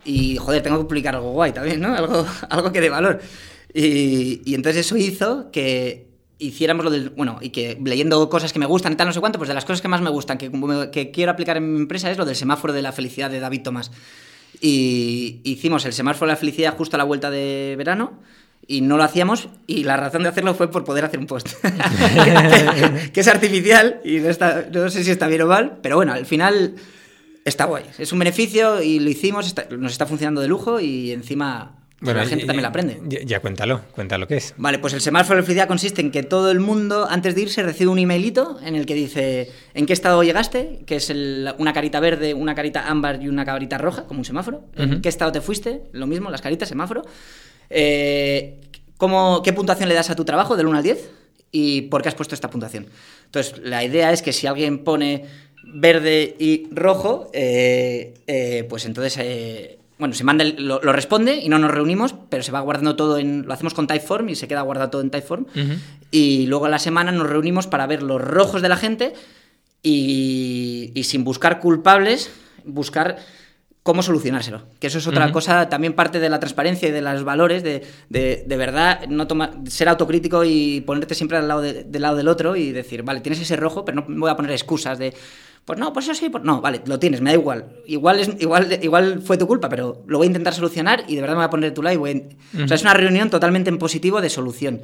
y joder, tengo que publicar algo guay también, ¿no? Algo que dé valor. Y entonces eso hizo que hiciéramos lo del... Bueno, y que leyendo cosas que me gustan y tal, no sé cuánto, pues de las cosas que más me gustan, que quiero aplicar en mi empresa, es lo del semáforo de la felicidad de David Tomás. Y hicimos el semáforo de la felicidad justo a la vuelta de verano, y no lo hacíamos, y la razón de hacerlo fue por poder hacer un post. que es artificial, y no sé si está bien o mal, pero bueno, al final está guay. Es un beneficio, y lo hicimos, nos está funcionando de lujo, y encima... Bueno, la gente también la aprende. Ya cuéntalo qué es. Vale, pues el semáforo de felicidad consiste en que todo el mundo, antes de irse, recibe un emailito en el que dice en qué estado llegaste, que es una carita verde, una carita ámbar y una carita roja, como un semáforo. En qué estado te fuiste, lo mismo, las caritas, semáforo. ¿Qué puntuación le das a tu trabajo del 1 al 10? ¿Y por qué has puesto esta puntuación? Entonces, la idea es que si alguien pone verde y rojo, pues entonces... Bueno, se manda lo responde y no nos reunimos, pero se va guardando todo lo hacemos con Typeform y se queda guardado todo en Typeform. Y luego a la semana nos reunimos para ver los rojos de la gente y sin buscar culpables, buscar cómo solucionárselo. Que eso es otra cosa, también parte de la transparencia y de los valores, de verdad ser autocrítico y ponerte siempre del lado del otro y decir, vale, tienes ese rojo, pero no me voy a poner excusas de... Pues no, pues eso sí, no, vale, lo tienes, me da igual. Igual fue tu culpa, pero lo voy a intentar solucionar y de verdad me voy a poner de tu lado. O sea, es una reunión totalmente en positivo de solución.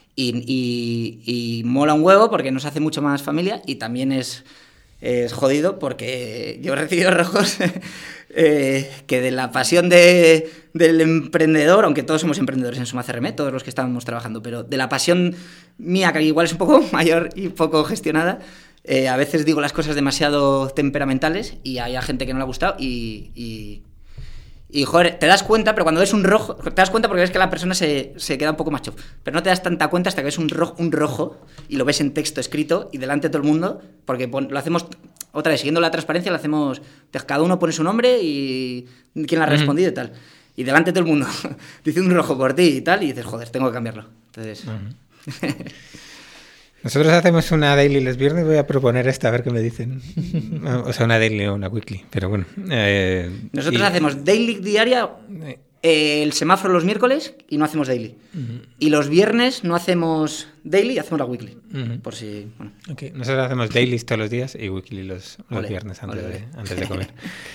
Y mola un huevo porque nos hace mucho más familia y también es jodido porque yo he recibido rojos que de la pasión del emprendedor, aunque todos somos emprendedores en Suma CRM, todos los que estábamos trabajando, pero de la pasión mía, que igual es un poco mayor y poco gestionada, a veces digo las cosas demasiado temperamentales y hay gente que no le ha gustado y joder, te das cuenta, pero cuando ves un rojo, te das cuenta porque ves que la persona se queda un poco más chof, pero no te das tanta cuenta hasta que ves un rojo y lo ves en texto escrito y delante de todo el mundo, porque lo hacemos otra vez, siguiendo la transparencia, lo hacemos, cada uno pone su nombre y quién le ha respondido y tal, y delante de todo el mundo dice un rojo por ti y tal, y dices, joder, tengo que cambiarlo. Entonces... Nosotros hacemos una daily los viernes, voy a proponer esta, a ver qué me dicen. O sea, una daily o una weekly, pero bueno. Nosotros hacemos daily diaria, el semáforo los miércoles y no hacemos daily. Y los viernes no hacemos daily y hacemos la weekly. Por si... Bueno. Okay. Nosotros hacemos dailies todos los días y weekly los viernes antes de comer.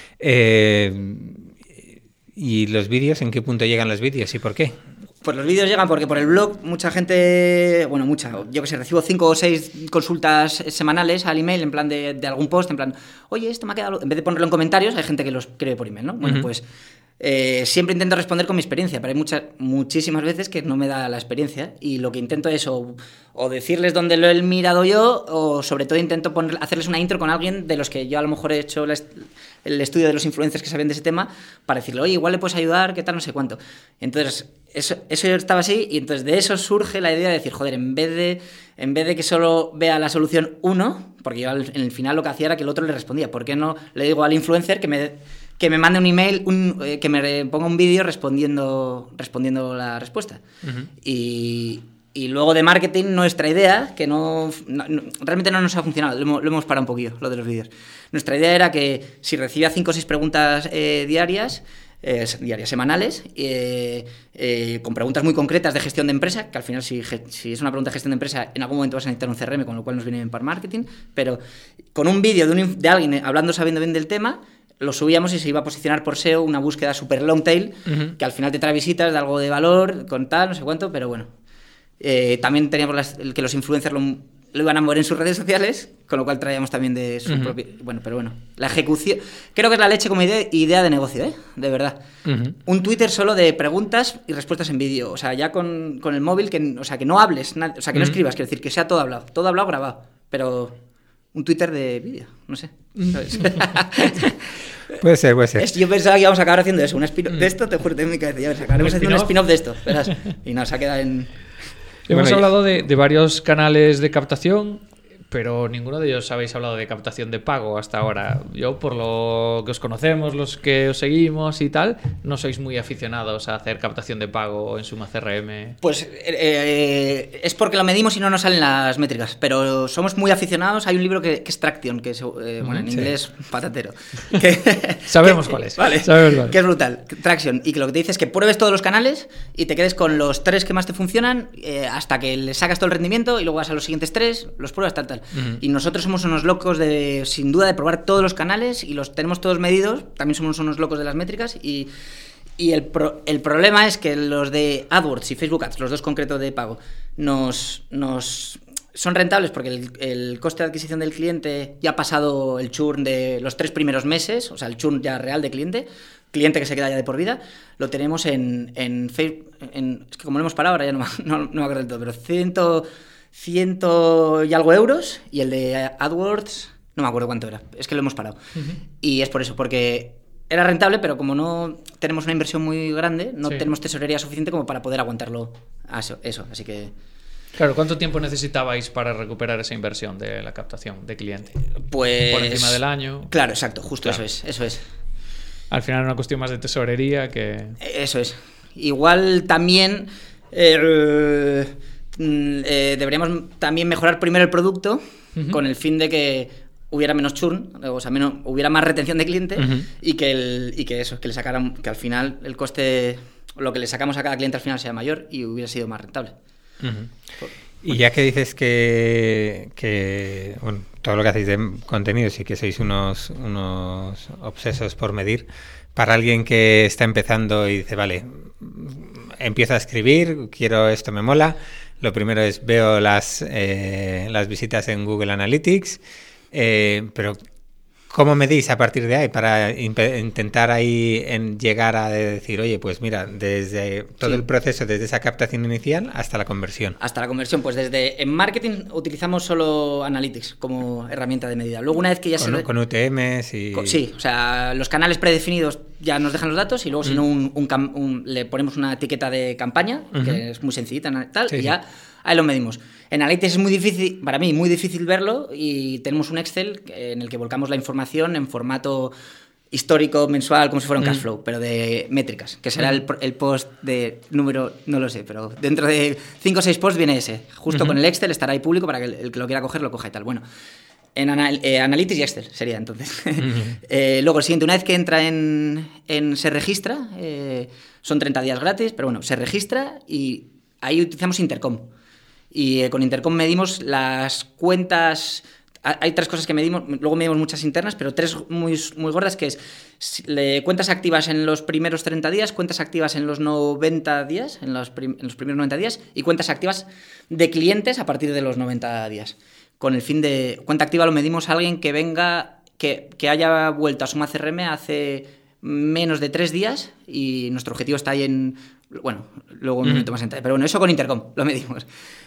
¿Y los vídeos? ¿En qué punto llegan los vídeos y por qué? Pues los vídeos llegan porque por el blog mucha gente, yo que sé, recibo 5 o 6 consultas semanales al email en plan de algún post, en plan, oye, esto me ha quedado... En vez de ponerlo en comentarios, hay gente que los escribe por email, ¿no? Bueno, pues siempre intento responder con mi experiencia, pero hay muchísimas veces que no me da la experiencia y lo que intento es o decirles dónde lo he mirado yo o sobre todo intento hacerles una intro con alguien de los que yo a lo mejor he hecho el estudio de los influencers que sabían de ese tema para decirle, oye, igual le puedes ayudar, qué tal, no sé cuánto. Entonces... Eso estaba así y entonces de eso surge la idea de decir, joder, en vez de que solo vea la solución uno, porque yo en el final lo que hacía era que el otro le respondía, ¿por qué no le digo al influencer que me mande un email, que me ponga un vídeo respondiendo la respuesta? Y luego de marketing, nuestra idea, que realmente no nos ha funcionado, lo hemos parado un poquillo, lo de los vídeos. Nuestra idea era que si recibía 5 o 6 preguntas diarias, semanales, con preguntas muy concretas de gestión de empresa, que al final si es una pregunta de gestión de empresa, en algún momento vas a necesitar un CRM, con lo cual nos viene bien para marketing, pero con un vídeo de alguien hablando, sabiendo bien del tema, lo subíamos y se iba a posicionar por SEO, una búsqueda super long tail, que al final te trae visitas de algo de valor, con tal, no sé cuánto, pero bueno. También teníamos que los influencers lo iban a mover en sus redes sociales, con lo cual traíamos también de su propio... Bueno, pero bueno, la ejecución... Creo que es la leche como idea de negocio, de verdad. Un Twitter solo de preguntas y respuestas en vídeo. O sea, ya con el móvil, que no hables, o sea, que no escribas, quiero decir, que sea todo hablado, grabado, pero un Twitter de vídeo, no sé. Puede ser. Yo pensaba que íbamos a acabar haciendo eso, un spin-off de esto, te juro, en mi cabeza, ya ves, acabaremos haciendo un spin-off de esto, verás. Y no, se ha quedado en... Hemos hablado de varios canales de captación, pero ninguno de ellos habéis hablado de captación de pago hasta ahora. Yo, por lo que os conocemos, los que os seguimos y tal, no sois muy aficionados a hacer captación de pago en Suma CRM. Pues es porque lo medimos y no nos salen las métricas, pero somos muy aficionados. Hay un libro que es Traction, que es, bueno, en inglés, patatero. Sabemos cuál es. Vale, sabemos cuál. Que es brutal. Traction, y que lo que te dice es que pruebes todos los canales y te quedes con los 3 que más te funcionan hasta que le sacas todo el rendimiento y luego vas a los siguientes 3, los pruebas tal. Y nosotros somos unos locos sin duda de probar todos los canales y los tenemos todos medidos. También somos unos locos de las métricas y el problema es que los de AdWords y Facebook Ads, los dos concretos de pago, nos son rentables porque el coste de adquisición del cliente ya ha pasado el churn de los 3 primeros meses, o sea, el churn ya real de cliente que se queda ya de por vida. Lo tenemos en Facebook, es que como lo hemos parado ahora ya no me acuerdo del todo, pero 100 y algo euros, y el de AdWords no me acuerdo cuánto era, es que lo hemos parado. Y es por eso, porque era rentable, pero como no tenemos una inversión muy grande, no tenemos tesorería suficiente como para poder aguantarlo a eso, así que... Claro, ¿cuánto tiempo necesitabais para recuperar esa inversión de la captación de cliente? Pues... Por encima del año. Claro, exacto, justo, claro. Eso es. Al final era una cuestión más de tesorería que... Eso es. Igual también... deberíamos también mejorar primero el producto con el fin de que hubiera menos churn, o sea, hubiera más retención de cliente y que le sacaran, que al final el coste, lo que le sacamos a cada cliente al final sea mayor y hubiera sido más rentable. Y ya que dices que bueno, todo lo que hacéis de contenido sí que sois unos obsesos por medir, para alguien que está empezando y dice, vale, empiezo a escribir, quiero esto, me mola. Lo primero es, veo las visitas en Google Analytics, pero ¿cómo medís a partir de ahí para intentar ahí llegar a decir, oye, pues mira, desde todo el proceso, desde esa captación inicial hasta la conversión? Hasta la conversión, pues en marketing utilizamos solo Analytics como herramienta de medida. Luego una vez que ya con UTMs y... Sí, o sea, los canales predefinidos ya nos dejan los datos y luego si no le ponemos una etiqueta de campaña, que es muy sencillita y ya ahí lo medimos. En Analytics es muy difícil, para mí, muy difícil verlo, y tenemos un Excel en el que volcamos la información en formato histórico, mensual, como si fuera un cash flow, pero de métricas, que será el post de número, no lo sé, pero dentro de 5 o 6 posts viene ese. Justo con el Excel estará ahí público para que el que lo quiera coger lo coja y tal. Bueno, en Analytics y Excel sería entonces. Luego el siguiente, una vez que entra se registra, son 30 días gratis, pero bueno, se registra y ahí utilizamos Intercom. Y con Intercom medimos las cuentas. Hay 3 cosas que medimos, luego medimos muchas internas, pero 3 muy, muy gordas, que es cuentas activas en los primeros 30 días, cuentas activas en los 90 días, en los primeros 90 días, y cuentas activas de clientes a partir de los 90 días. Con el fin de... Cuenta activa lo medimos a alguien que venga, que haya vuelto a Suma CRM hace menos de 3 días, y nuestro objetivo está ahí en... Bueno, luego un momento más en detalle, pero bueno, eso con Intercom lo medimos.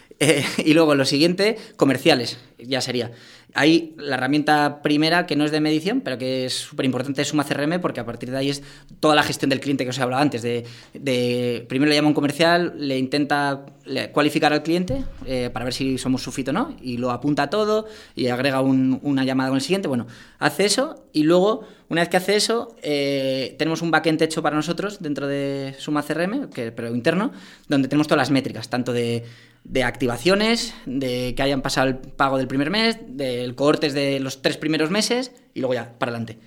Y luego lo siguiente, comerciales, ya sería. Ahí la herramienta primera, que no es de medición, pero que es súper importante, es Suma CRM, porque a partir de ahí es toda la gestión del cliente que os he hablado antes. Primero le llama a un comercial, le intenta cualificar al cliente para ver si somos su fit o no, y lo apunta todo y agrega una llamada con el siguiente. Bueno, hace eso y luego, una vez que hace eso, tenemos un backend hecho para nosotros dentro de Suma CRM, pero interno, donde tenemos todas las métricas, tanto de activaciones, de que hayan pasado el pago del primer mes, del cohortes de los 3 primeros meses y luego ya, para adelante.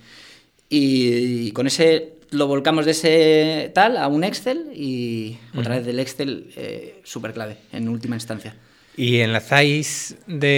Y con ese lo volcamos de ese tal a un Excel y otra vez del Excel súper clave en última instancia. ¿Y enlazáis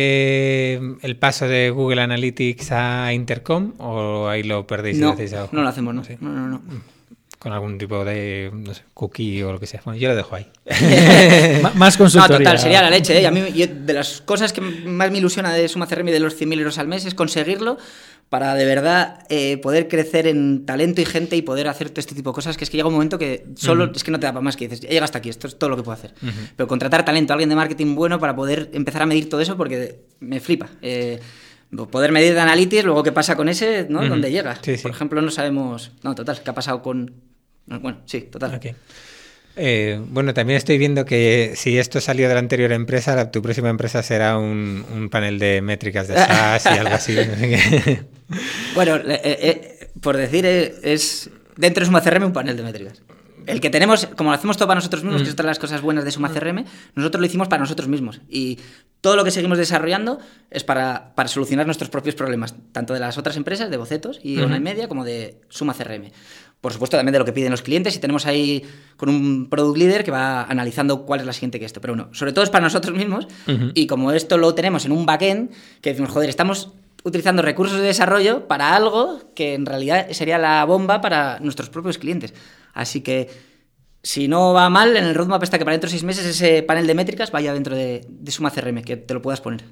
el paso de Google Analytics a Intercom o ahí lo perdéis? No lo hacemos, no. ¿Sí? No. Con algún tipo de, no sé, cookie o lo que sea. Bueno, yo lo dejo ahí. Más consultoría. No, total, sería la leche, ¿eh? A mí, de las cosas que más me ilusiona de Suma CRM y de los 100.000 euros al mes es conseguirlo para de verdad poder crecer en talento y gente y poder hacer todo este tipo de cosas, que es que llega un momento que solo es que no te da para más, que dices, llega hasta aquí, esto es todo lo que puedo hacer. Pero contratar talento, alguien de marketing bueno para poder empezar a medir todo eso, porque me flipa. Poder medir de Analytics, luego qué pasa con ese, ¿no? ¿Dónde llega? Sí. Por ejemplo, no sabemos... No, total, ¿qué ha pasado con...? Bueno, sí, total. Okay. Bueno, también estoy viendo que si esto salió de la anterior empresa, tu próxima empresa será un panel de métricas de SaaS y algo así. No sé qué. Bueno, por decir, es dentro de Suma CRM un panel de métricas. El que tenemos, como lo hacemos todo para nosotros mismos, que es otra de las cosas buenas de Suma CRM, nosotros lo hicimos para nosotros mismos. Y todo lo que seguimos desarrollando es para solucionar nuestros propios problemas, tanto de las otras empresas, de Bocetos y Online Media, como de Suma CRM. Por supuesto, también de lo que piden los clientes, y tenemos ahí con un product leader que va analizando cuál es la siguiente que esto. Pero bueno, sobre todo es para nosotros mismos, y como esto lo tenemos en un backend, que decimos, joder, estamos utilizando recursos de desarrollo para algo que en realidad sería la bomba para nuestros propios clientes. Así que, si no va mal, en el roadmap está que para dentro de 6 meses ese panel de métricas vaya dentro de Suma CRM, que te lo puedas poner.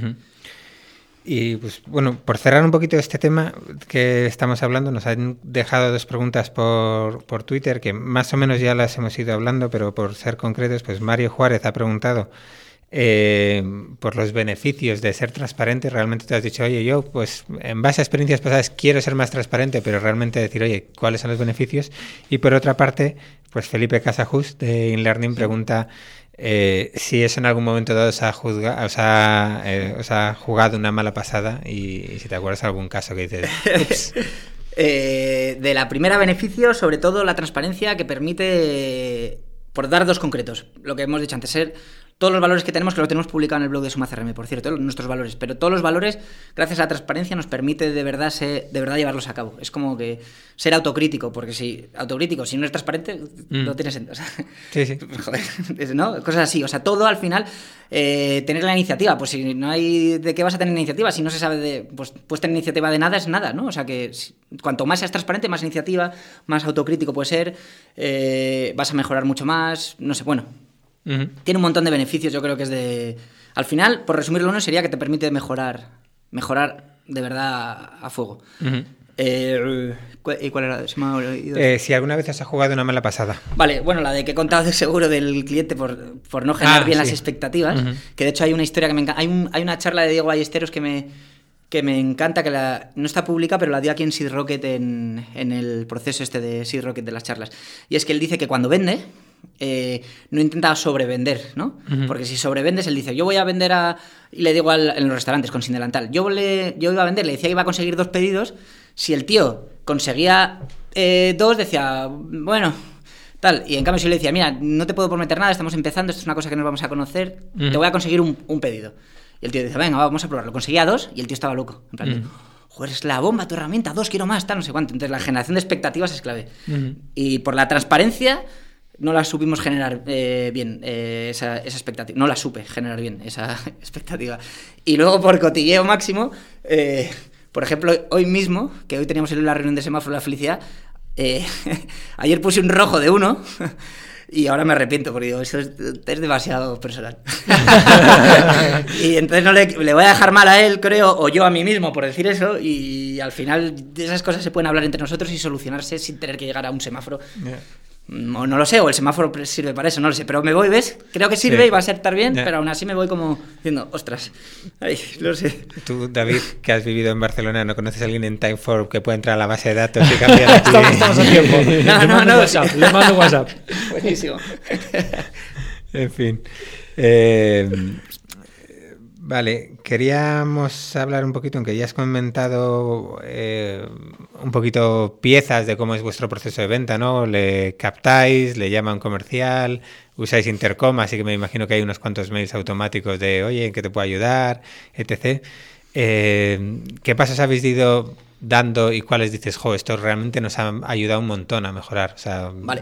Y pues bueno, por cerrar un poquito este tema que estamos hablando, nos han dejado 2 preguntas por Twitter, que más o menos ya las hemos ido hablando, pero por ser concretos, pues Mario Juárez ha preguntado por los beneficios de ser transparente. Realmente te has dicho, oye, yo pues en base a experiencias pasadas quiero ser más transparente, pero realmente decir, oye, ¿cuáles son los beneficios? Y por otra parte, pues Felipe Casajus de InLearning pregunta si eso en algún momento dado os ha jugado una mala pasada, y si te acuerdas de algún caso que dices, ups. De la primera beneficio, sobre todo la transparencia que permite, por dar 2 concretos, lo que hemos dicho antes, ser todos los valores que tenemos, que lo tenemos publicado en el blog de Suma CRM, por cierto, nuestros valores, pero todos los valores, gracias a la transparencia, nos permite de verdad llevarlos a cabo. Es como que ser autocrítico, porque si no es transparente, no tiene sentido. O sea, sí. Joder, ¿no? Cosas así. O sea, todo al final, tener la iniciativa. Pues si no hay de qué vas a tener iniciativa, si no se sabe pues puedes tener iniciativa de nada, es nada, ¿no? O sea que cuanto más seas transparente, más iniciativa, más autocrítico puedes ser, vas a mejorar mucho más, no sé, bueno. Tiene un montón de beneficios, yo creo que es al final, por resumirlo, uno sería que te permite mejorar de verdad a fuego. ¿Y cuál era? Se me ha olvidado. Si alguna vez os ha jugado una mala pasada. Vale, bueno, la de que he contado de seguro del cliente por no generar bien las expectativas, que de hecho hay una historia que me encanta. Hay una charla de Diego Ballesteros que me encanta, que no está pública, pero la dio aquí en Seed Rocket en el proceso este de Seed Rocket de las charlas. Y es que él dice que cuando vende, no intenta sobrevender, ¿no? Porque si sobrevendes, él dice, yo voy a vender y le digo en los restaurantes con Sin Delantal, yo iba a vender, le decía que iba a conseguir 2 pedidos, si el tío conseguía 2, decía, bueno, tal, y en cambio si yo le decía, mira, no te puedo prometer nada, estamos empezando, esto es una cosa que nos vamos a conocer, te voy a conseguir un pedido. Y el tío dice, venga, vamos a probarlo. Conseguía 2 y el tío estaba loco, en plan, joder, es la bomba tu herramienta, 2, quiero más, tal, no sé cuánto. Entonces la generación de expectativas es clave. Y por la transparencia no la supimos generar bien, esa expectativa. No la supe generar bien, esa expectativa. Y luego, por cotilleo máximo, por ejemplo, hoy mismo, que hoy teníamos la reunión de semáforo de la felicidad, ayer puse un rojo de 1 y ahora me arrepiento porque digo, eso es demasiado personal. Y entonces no le voy a dejar mal a él, creo, o yo a mí mismo por decir eso, y al final esas cosas se pueden hablar entre nosotros y solucionarse sin tener que llegar a un semáforo. O no lo sé, o el semáforo sirve para eso, no lo sé, pero me voy, ¿ves? Creo que sirve y va a estar bien, pero aún así me voy como diciendo, ostras, ay, no sé. Tú, David, que has vivido en Barcelona, ¿no conoces a alguien en Typeform que pueda entrar a la base de datos y cambiar aquí? Estamos a tiempo. Le mando WhatsApp. Buenísimo. En fin. Vale, queríamos hablar un poquito, aunque ya has comentado un poquito piezas de cómo es vuestro proceso de venta, ¿no? Le captáis, le llaman comercial, usáis intercom, así que me imagino que hay unos cuantos mails automáticos de, oye, ¿en qué te puedo ayudar? etc. ¿Qué pasos habéis ido dando y cuáles dices, esto realmente nos ha ayudado un montón a mejorar? O sea, vale.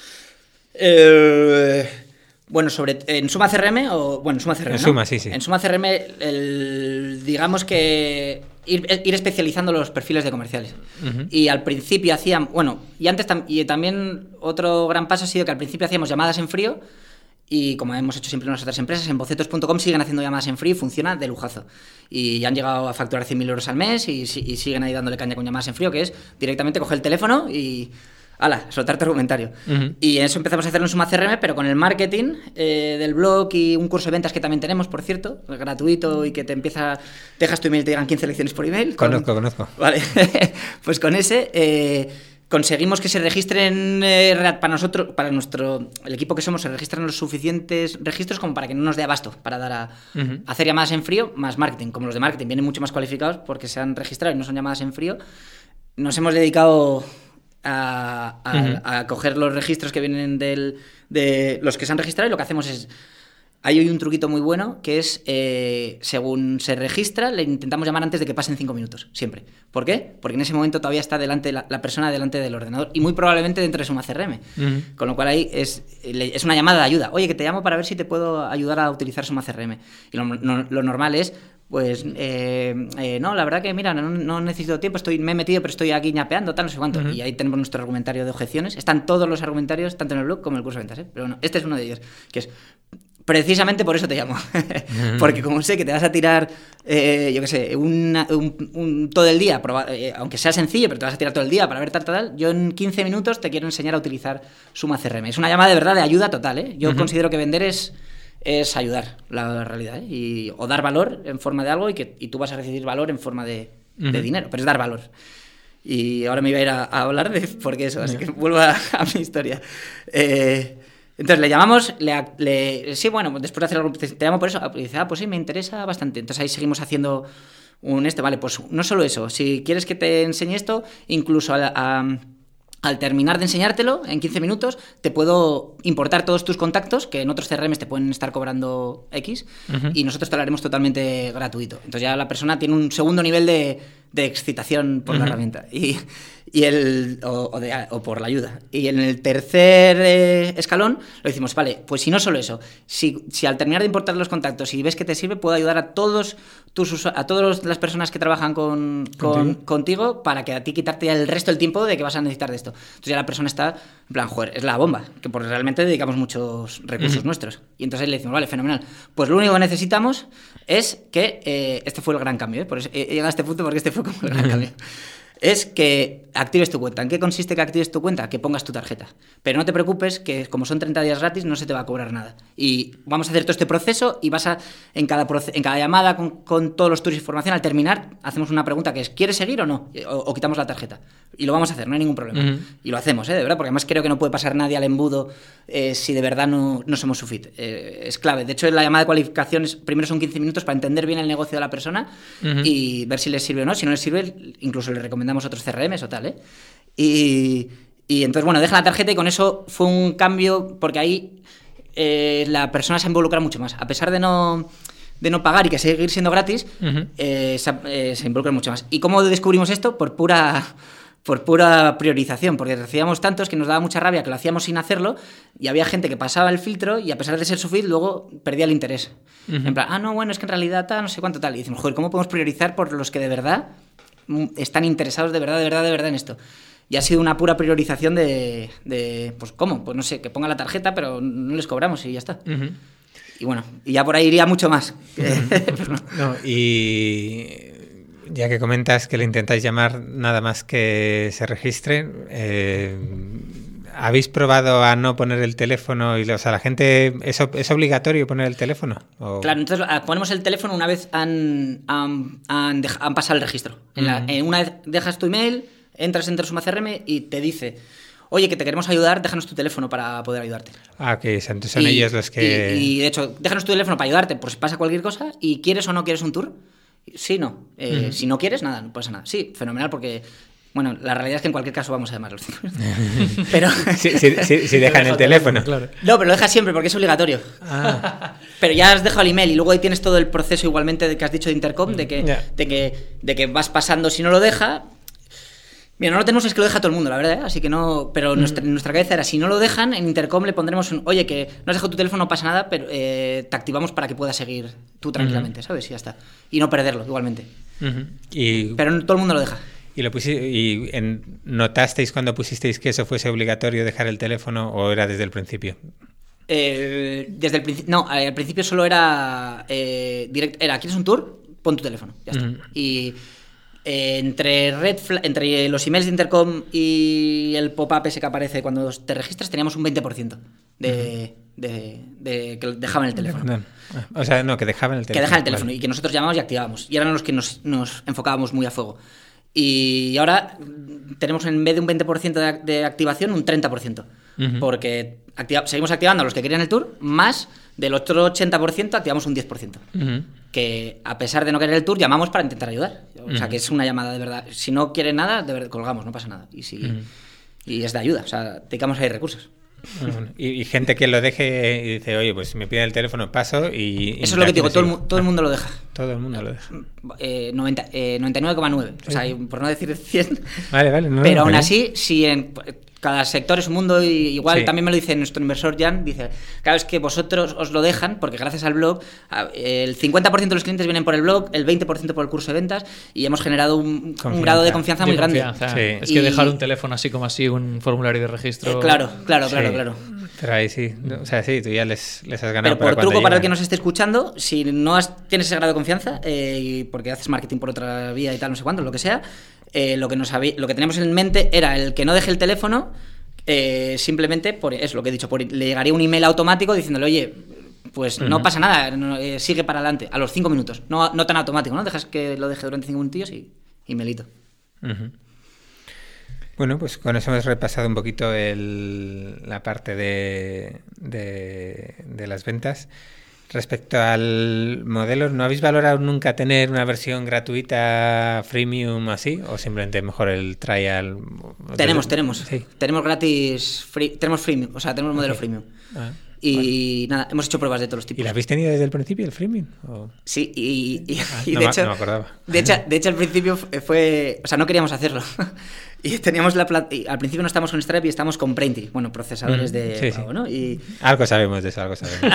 Bueno, en Suma CRM en Suma CRM, ¿no? En Suma, sí. En Suma CRM, digamos que ir especializando los perfiles de comerciales. Y al principio y también otro gran paso ha sido que al principio hacíamos llamadas en frío, y como hemos hecho siempre en las otras empresas, en bocetos.com siguen haciendo llamadas en frío y funciona de lujazo. Y han llegado a facturar 100.000 euros al mes y siguen ahí dándole caña con llamadas en frío, que es directamente coger el teléfono y ¡hala! Soltarte argumentario. Y eso empezamos a hacerlo en Suma CRM, pero con el marketing del blog y un curso de ventas que también tenemos, por cierto, gratuito, y que dejas tu email y te llegan 15 lecciones por email. Conozco. Vale, pues con ese conseguimos que se registren para nosotros, el equipo que somos, se registran los suficientes registros como para que no nos dé abasto para dar a hacer llamadas en frío más marketing. Como los de marketing vienen mucho más cualificados porque se han registrado y no son llamadas en frío, nos hemos dedicado a coger los registros que vienen de los que se han registrado, y lo que hacemos es... Hay un truquito muy bueno que es, según se registra, le intentamos llamar antes de que pasen 5 minutos, siempre. ¿Por qué? Porque en ese momento todavía está delante la persona delante del ordenador y muy probablemente dentro de Suma CRM. Con lo cual ahí es una llamada de ayuda. Oye, que te llamo para ver si te puedo ayudar a utilizar Suma CRM. Y lo normal es, pues, no, la verdad que, mira, no necesito tiempo, me he metido, pero estoy aquí ñapeando, tal, no sé cuánto. Y ahí tenemos nuestro argumentario de objeciones. Están todos los argumentarios, tanto en el blog como en el curso de ventas, Pero bueno, este es uno de ellos, que es... Precisamente por eso te llamo. Porque como sé que te vas a tirar, yo qué sé, todo el día, aunque sea sencillo, pero te vas a tirar todo el día para ver tal, yo en 15 minutos te quiero enseñar a utilizar Suma CRM. Es una llamada de verdad de ayuda total, Yo considero que vender es ayudar, la realidad, o dar valor en forma de algo y tú vas a recibir valor en forma de dinero, pero es dar valor. Y ahora me iba a ir a hablar de por qué eso, así que vuelvo a mi historia. Entonces le llamamos, sí, bueno, después de hacer algo, te llamo por eso, y dice, pues sí, me interesa bastante. Entonces ahí seguimos haciendo vale, pues no solo eso, si quieres que te enseñe esto, incluso al terminar de enseñártelo, en 15 minutos, te puedo importar todos tus contactos, que en otros CRMs te pueden estar cobrando X, y nosotros te lo haremos totalmente gratuito. Entonces ya la persona tiene un segundo nivel de excitación por la herramienta o por la ayuda. Y en el tercer escalón lo decimos, vale, pues si no solo eso, si al terminar de importar los contactos y ves que te sirve, puedo ayudar a todas las personas que trabajan contigo para que a ti quitarte el resto del tiempo de que vas a necesitar de esto. Entonces ya la persona está en plan, joder, es la bomba, que porque realmente dedicamos muchos recursos nuestros. Y entonces le decimos, vale, fenomenal. Pues lo único que necesitamos es que, este fue el gran cambio, por eso he llegado a este punto porque este fue como el gran cambio. Es que actives tu cuenta. ¿En qué consiste que actives tu cuenta? Que pongas tu tarjeta. Pero no te preocupes, que como son 30 días gratis, no se te va a cobrar nada. Y vamos a hacer todo este proceso y en cada llamada con todos los tours de información, al terminar, hacemos una pregunta que es, ¿quieres seguir o no? O quitamos la tarjeta. Y lo vamos a hacer, no hay ningún problema. Y lo hacemos, de verdad, porque además creo que no puede pasar nadie al embudo si de verdad no somos Sufit. Es clave. De hecho, la llamada de cualificaciones primero son 15 minutos para entender bien el negocio de la persona y ver si les sirve o no. Si no les sirve, incluso les recomendamos otros CRMs o tal, Y entonces, bueno, deja la tarjeta y con eso fue un cambio porque ahí la persona se involucra mucho más. A pesar de no pagar y que seguir siendo gratis, se involucra mucho más. ¿Y cómo descubrimos esto? Por pura priorización, porque recibíamos tantos que nos daba mucha rabia que lo hacíamos sin hacerlo y había gente que pasaba el filtro y a pesar de ser Sufit luego perdía el interés. En plan, no, bueno, es que en realidad tal, no sé cuánto tal. Y decimos, joder, ¿cómo podemos priorizar por los que de verdad están interesados de verdad en esto? Y ha sido una pura priorización de pues ¿cómo? Pues no sé, que ponga la tarjeta, pero no les cobramos y ya está. Y bueno, y ya por ahí iría mucho más. Pues no. Y ya que comentas que le intentáis llamar nada más que se registre, ¿habéis probado a no poner el teléfono? La gente, ¿es obligatorio poner el teléfono? ¿O? Claro, entonces ponemos el teléfono una vez han pasado el registro. Una vez dejas tu email, entras en Suma CRM y te dice, oye, que te queremos ayudar, déjanos tu teléfono para poder ayudarte. Ok, entonces son ellos los que... Y de hecho, déjanos tu teléfono para ayudarte por si pasa cualquier cosa, y ¿quieres o no quieres un tour? Sí, no. Si no quieres, nada, no pasa nada. Sí, fenomenal, porque... Bueno, la realidad es que en cualquier caso vamos a llamarlos. Pero... si dejan el teléfono. Claro. No, pero lo dejas siempre porque es obligatorio. Pero ya has dejado el email y luego ahí tienes todo el proceso igualmente de que has dicho de Intercom, de que vas pasando si no lo deja. Mira, no lo tenemos, es que lo deja todo el mundo, la verdad, Así que no... Pero nuestra cabeza era, si no lo dejan, en Intercom le pondremos oye, que no has dejado tu teléfono, no pasa nada, pero te activamos para que puedas seguir tú tranquilamente, ¿sabes? Y ya está. Y no perderlo, igualmente. Pero todo el mundo lo deja. ¿Notasteis cuando pusisteis que eso fuese obligatorio dejar el teléfono o era desde el principio? Desde el principio... No, al principio solo era... era, ¿quieres un tour? Pon tu teléfono, ya está. Y... entre los emails de Intercom y el pop-up ese que aparece cuando te registras teníamos un 20% de que dejaban el teléfono. O sea, no, que dejaban el teléfono. Que dejaban el teléfono, vale. Y que nosotros llamábamos y activábamos. Y eran los que nos enfocábamos muy a fuego. Y ahora tenemos en vez de un 20% de activación, un 30%. Porque seguimos activando a los que querían el tour, más del otro 80% activamos un 10%. Que a pesar de no querer el tour, llamamos para intentar ayudar. O sea, que es una llamada de verdad. Si no quieren nada, de verdad, colgamos, no pasa nada. Y es de ayuda, o sea, dedicamos ahí recursos. Y gente que lo deje y dice, oye, pues si me piden el teléfono paso y... Eso es lo que digo, todo el mundo lo deja. Todo el mundo lo deja. 99,9. O sea, por no decir 100. Vale. Pero aún así, si en cada sector es un mundo, y igual también me lo dice nuestro inversor Jan, dice, claro, es que vosotros os lo dejan porque gracias al blog, el 50% de los clientes vienen por el blog, el 20% por el curso de ventas, y hemos generado un grado de confianza muy grande. Es que dejar un teléfono así como así, un formulario de registro... Claro. Pero ahí sí, o sea, sí, tú ya les has ganado. Pero por truco para el que nos esté escuchando, si no tienes ese grado de confianza, porque haces marketing por otra vía y tal, no sé cuánto, lo que sea, lo que tenemos en mente era el que no deje el teléfono, simplemente por eso, lo que he dicho, le llegaría un email automático diciéndole, oye, pues no pasa nada, sigue para adelante, a los 5 minutos, no tan automático, ¿no? Dejas que lo deje durante 5 minutillos y melito. Bueno, pues con eso hemos repasado un poquito la parte de las ventas. Respecto al modelo, ¿no habéis valorado nunca tener una versión gratuita, freemium, así? ¿O simplemente mejor el trial? Tenemos. ¿Sí? Tenemos gratis, tenemos freemium, o sea, tenemos modelo freemium. Y nada, hemos hecho pruebas de todos los tipos. ¿Y la habéis tenido desde el principio, el freemium? ¿O? Sí, y de hecho... No me acordaba. De hecho, al principio fue... O sea, no queríamos hacerlo. Y teníamos al principio no estábamos con Stripe y estábamos con Braintree, bueno, procesadores de pago, ¿no? Y... Algo sabemos de eso,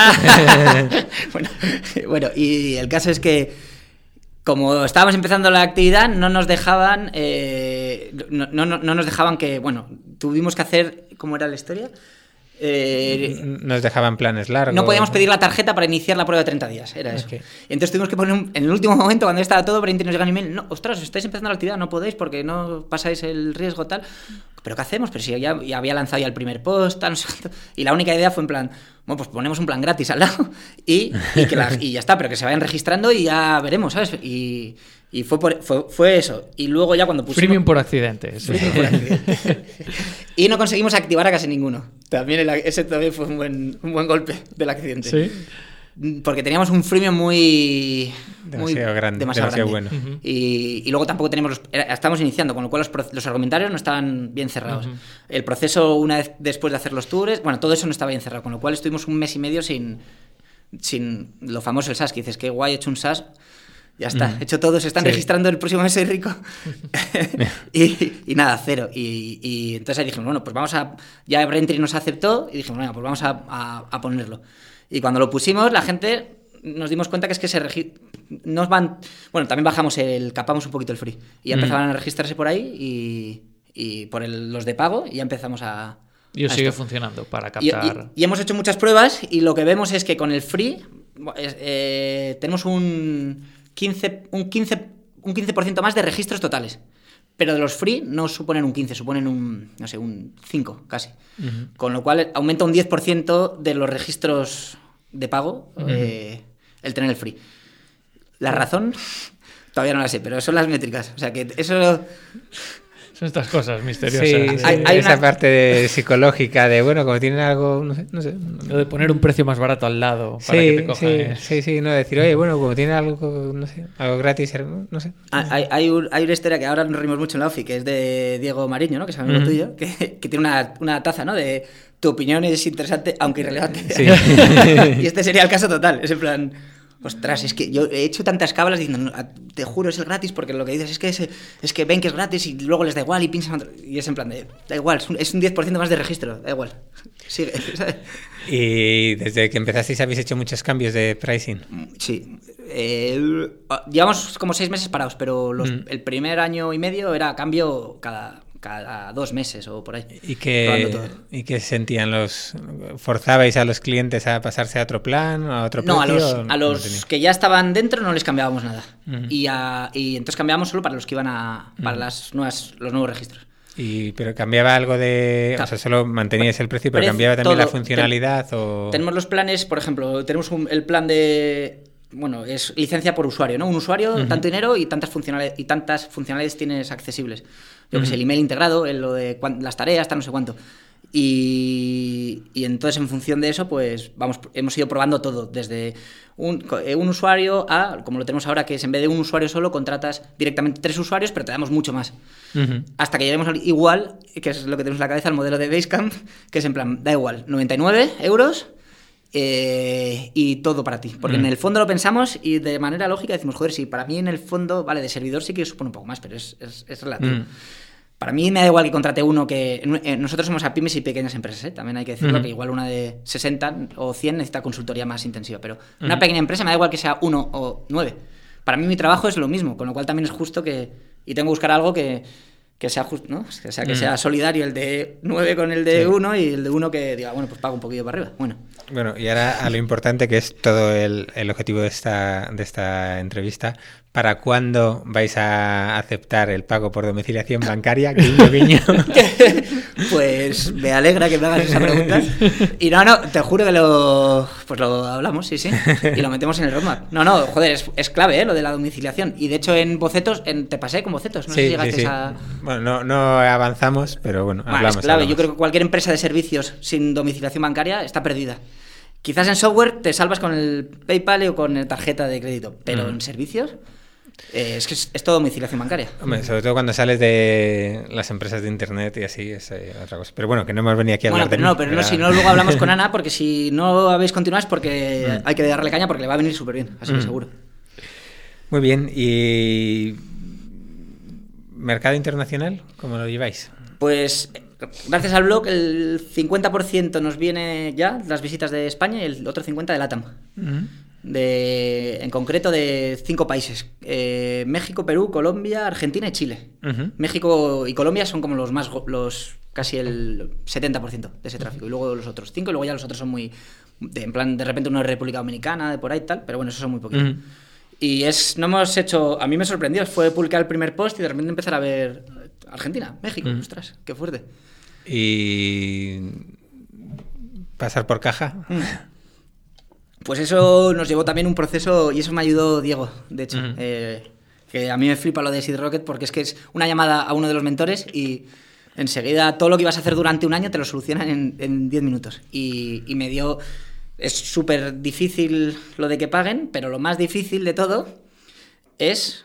bueno, y el caso es que como estábamos empezando la actividad, no nos dejaban no nos dejaban que, bueno, tuvimos que hacer, ¿cómo era la historia? Nos dejaban planes largos. No podíamos pedir la tarjeta para iniciar la prueba de 30 días, era eso. Okay. Y entonces tuvimos que poner en el último momento, cuando estaba todo, Braintree nos llega un email, no, ostras, estáis empezando la actividad, no podéis porque no pasáis el riesgo tal. ¿Pero qué hacemos? Pero si ya había lanzado ya el primer post, no sé cuánto. Y la única idea fue en plan, bueno, pues ponemos un plan gratis al lado y ya está, pero que se vayan registrando y ya veremos, ¿sabes? Y fue eso. Y luego ya cuando pusimos... Freemium por accidente. Sí. Freemium por accidente. Y no conseguimos activar a casi ninguno. Ese también fue un buen golpe del accidente. Sí. Porque teníamos un freemium demasiado grande. Bueno. Y luego tampoco estamos iniciando, con lo cual los argumentarios no estaban bien cerrados. El proceso, una vez después de hacer los tours, bueno, todo eso no estaba bien cerrado, con lo cual estuvimos un mes y medio sin lo famoso el SaaS, que dices, qué guay, he hecho un SaaS. Ya está, he hecho todo, se están registrando el próximo mes, soy rico. y nada, cero. Y entonces ahí dijimos, bueno, pues ya Braintree nos aceptó y dijimos, bueno, pues vamos a ponerlo. Y cuando lo pusimos, la gente nos dimos cuenta que es que bueno, también capamos un poquito el free. Y ya empezaban a registrarse por ahí y por los de pago y ya empezamos a... Y os sigue funcionando para captar... Y hemos hecho muchas pruebas y lo que vemos es que con el free tenemos un 15% más de registros totales. Pero de los free no suponen un 15, suponen un 5 casi. Con lo cual aumenta un 10% de los registros de pago el tener el free. La razón todavía no la sé, pero son las métricas. O sea que eso... Son estas cosas misteriosas. Sí. Hay esa parte psicológica de, bueno, como tienen algo, no sé. Lo de poner un precio más barato al lado para que te cojan. Sí, no decir, oye, bueno, como tienen algo, no sé, algo gratis, no sé. Hay una historia que ahora nos reímos mucho en la OFI, que es de Diego Mariño, ¿no? Que es amigo tuyo, que tiene una taza, ¿no? De tu opinión es interesante, aunque irrelevante. Sí. Y este sería el caso total, es en plan... Ostras, es que yo he hecho tantas cábalas diciendo, te juro, es el gratis, porque lo que dices es que ven que es gratis y luego les da igual y piensan... Y es en plan de, da igual, es un 10% más de registro, da igual. Sigue, ¿sabes? Y desde que empezasteis habéis hecho muchos cambios de pricing. Sí. Llevamos como 6 meses parados, pero el primer año y medio era cambio cada 2 meses o por ahí. ¿Y qué sentían forzabais a los clientes a pasarse a otro plan, a otro precio? No, a los que ya estaban dentro no les cambiábamos nada. Y entonces cambiábamos solo para los que iban para los nuevos registros. Pero cambiaba algo de... O sea, solo manteníais el precio, pero cambiaba también la funcionalidad o... Tenemos los planes, por ejemplo, tenemos el plan de bueno, es licencia por usuario, ¿no? Un usuario, tanto dinero y tantas funcionalidades tienes accesibles. Yo que sé, el email integrado, lo de las tareas, no sé cuánto. Y entonces en función de eso pues hemos ido probando todo, desde un usuario a, como lo tenemos ahora, que es en vez de un usuario solo contratas directamente 3 usuarios, pero te damos mucho más, hasta que lleguemos igual, que es lo que tenemos en la cabeza, el modelo de Basecamp, que es en plan, da igual, 99 euros y todo para ti, porque en el fondo lo pensamos y de manera lógica decimos, joder, sí, para mí en el fondo, vale, de servidor sí que supone un poco más, pero es relativo. Para mí me da igual que contrate uno que... nosotros somos a pymes y pequeñas empresas, ¿eh? También hay que decirlo, que igual una de 60 o 100 necesita consultoría más intensiva, pero una pequeña empresa me da igual que sea 1 o 9. Para mí mi trabajo es lo mismo, con lo cual también es justo que... Y tengo que buscar algo que sea justo, ¿no? Que sea solidario el de 9 con el de 1 y el de 1 que diga, bueno, pues pago un poquillo para arriba. Bueno, y ahora a lo importante, que es todo el objetivo de esta entrevista. ¿Para cuándo vais a aceptar el pago por domiciliación bancaria? Guiño. Pues me alegra que me hagas esa pregunta. Y no, te juro que lo hablamos, sí. Y lo metemos en el roadmap. No, joder, es clave, lo de la domiciliación. Y de hecho en bocetos, te pasé con bocetos. No sé si llegaste a... Bueno, no avanzamos, pero bueno, hablamos. Es clave. Yo creo que cualquier empresa de servicios sin domiciliación bancaria está perdida. Quizás en software te salvas con el PayPal o con tarjeta de crédito, pero en servicios... es que es todo domiciliación bancaria. Hombre, sobre todo cuando sales de las empresas de internet y así es otra cosa. Pero bueno, que no hemos venido aquí a hablar de... Pero si no, luego hablamos con Ana, porque si no habéis continuado es porque hay que darle caña porque le va a venir súper bien, así que seguro. Muy bien, ¿y mercado internacional? ¿Cómo lo lleváis? Pues gracias al blog el 50% nos viene ya las visitas de España y el otro 50% de LATAM. En concreto de 5 países: México, Perú, Colombia, Argentina y Chile. México y Colombia son como casi el 70% de ese tráfico, y luego los otros 5, y luego ya los otros son muy en plan, de repente uno es República Dominicana, de por ahí y tal, pero bueno, esos son muy poquitos. Y no hemos hecho, a mí me sorprendió, fue publicar el primer post y de repente empezar a ver Argentina, México, ostras, qué fuerte. Y pasar por caja. Pues eso nos llevó también un proceso, y eso me ayudó Diego, de hecho, que a mí me flipa lo de Seed Rocket, porque es que es una llamada a uno de los mentores y enseguida todo lo que ibas a hacer durante un año te lo solucionan en 10 minutos. Y me dio... Es súper difícil lo de que paguen, pero lo más difícil de todo es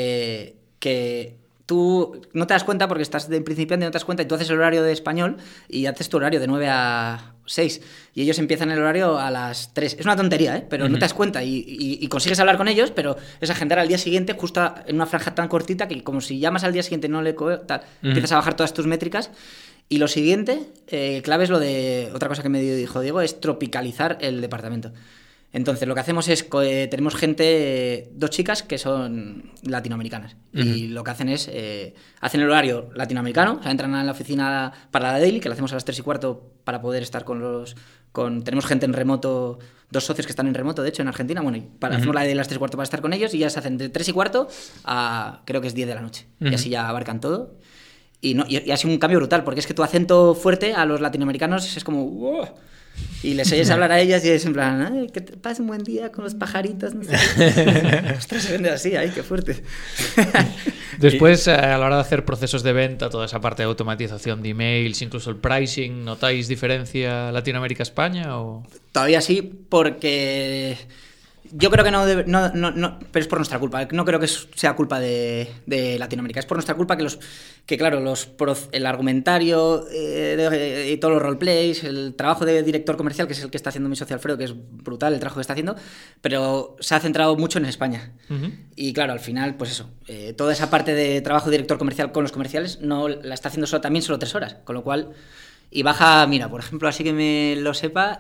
que tú no te das cuenta, porque estás de principiante y no te das cuenta, y tú haces el horario de español y haces tu horario de 9 a 6 y ellos empiezan el horario a las 3. Es una tontería, pero no te das cuenta y consigues hablar con ellos, pero es agendar al día siguiente justo en una franja tan cortita que como si llamas al día siguiente no le empiezas a bajar todas tus métricas. Y lo siguiente, clave es lo de... Otra cosa que me dijo Diego es tropicalizar el departamento. Entonces, lo que hacemos es... tenemos gente, 2 chicas que son latinoamericanas. Y lo que hacen es... hacen el horario latinoamericano. O sea, entran a la oficina para la daily, que la hacemos a las 3:15 para poder estar con los... tenemos gente en remoto, 2 socios que están en remoto, de hecho, en Argentina. Bueno, y hacemos la daily a las 3:15 para estar con ellos y ya se hacen de 3:15 a... creo que es 10 de la noche. Y así ya abarcan todo. Y ha sido un cambio brutal, porque es que tu acento fuerte a los latinoamericanos es como... ¡wow! Y les oyes hablar a ellas y es en plan... ¡ay, que te pases un buen día con los pajaritos! No sé. ¡Ostras, se vende así! ¡Ay, qué fuerte! Después, a la hora de hacer procesos de venta, toda esa parte de automatización de emails, incluso el pricing, ¿notáis diferencia Latinoamérica-España? O... Todavía sí, porque... Yo creo que no, pero es por nuestra culpa. No creo que sea culpa de Latinoamérica. Es por nuestra culpa que claro, el argumentario y todos los roleplays, el trabajo de director comercial, que es el que está haciendo mi socio Alfredo, que es brutal el trabajo que está haciendo, pero se ha centrado mucho en España. Y claro, al final, pues eso, toda esa parte de trabajo de director comercial con los comerciales no la está haciendo también solo 3 horas. Con lo cual, y baja, mira, por ejemplo, así que me lo sepa,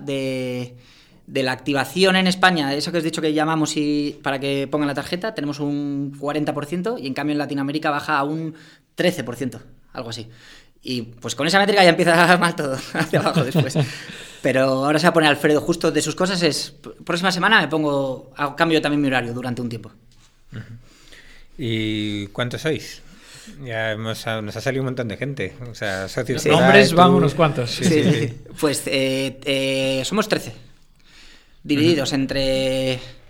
de la activación en España, eso que os he dicho que llamamos para que pongan la tarjeta, tenemos un 40% y en cambio en Latinoamérica baja a un 13%, algo así. Y pues con esa métrica ya empieza mal todo, hacia abajo después. Pero ahora se va a poner Alfredo justo de sus cosas, próxima semana cambio también mi horario durante un tiempo. ¿Y cuántos sois? Ya nos ha salido un montón de gente, o sea, socios... Nombres van unos cuantos. Sí. Pues somos 13. Divididos entre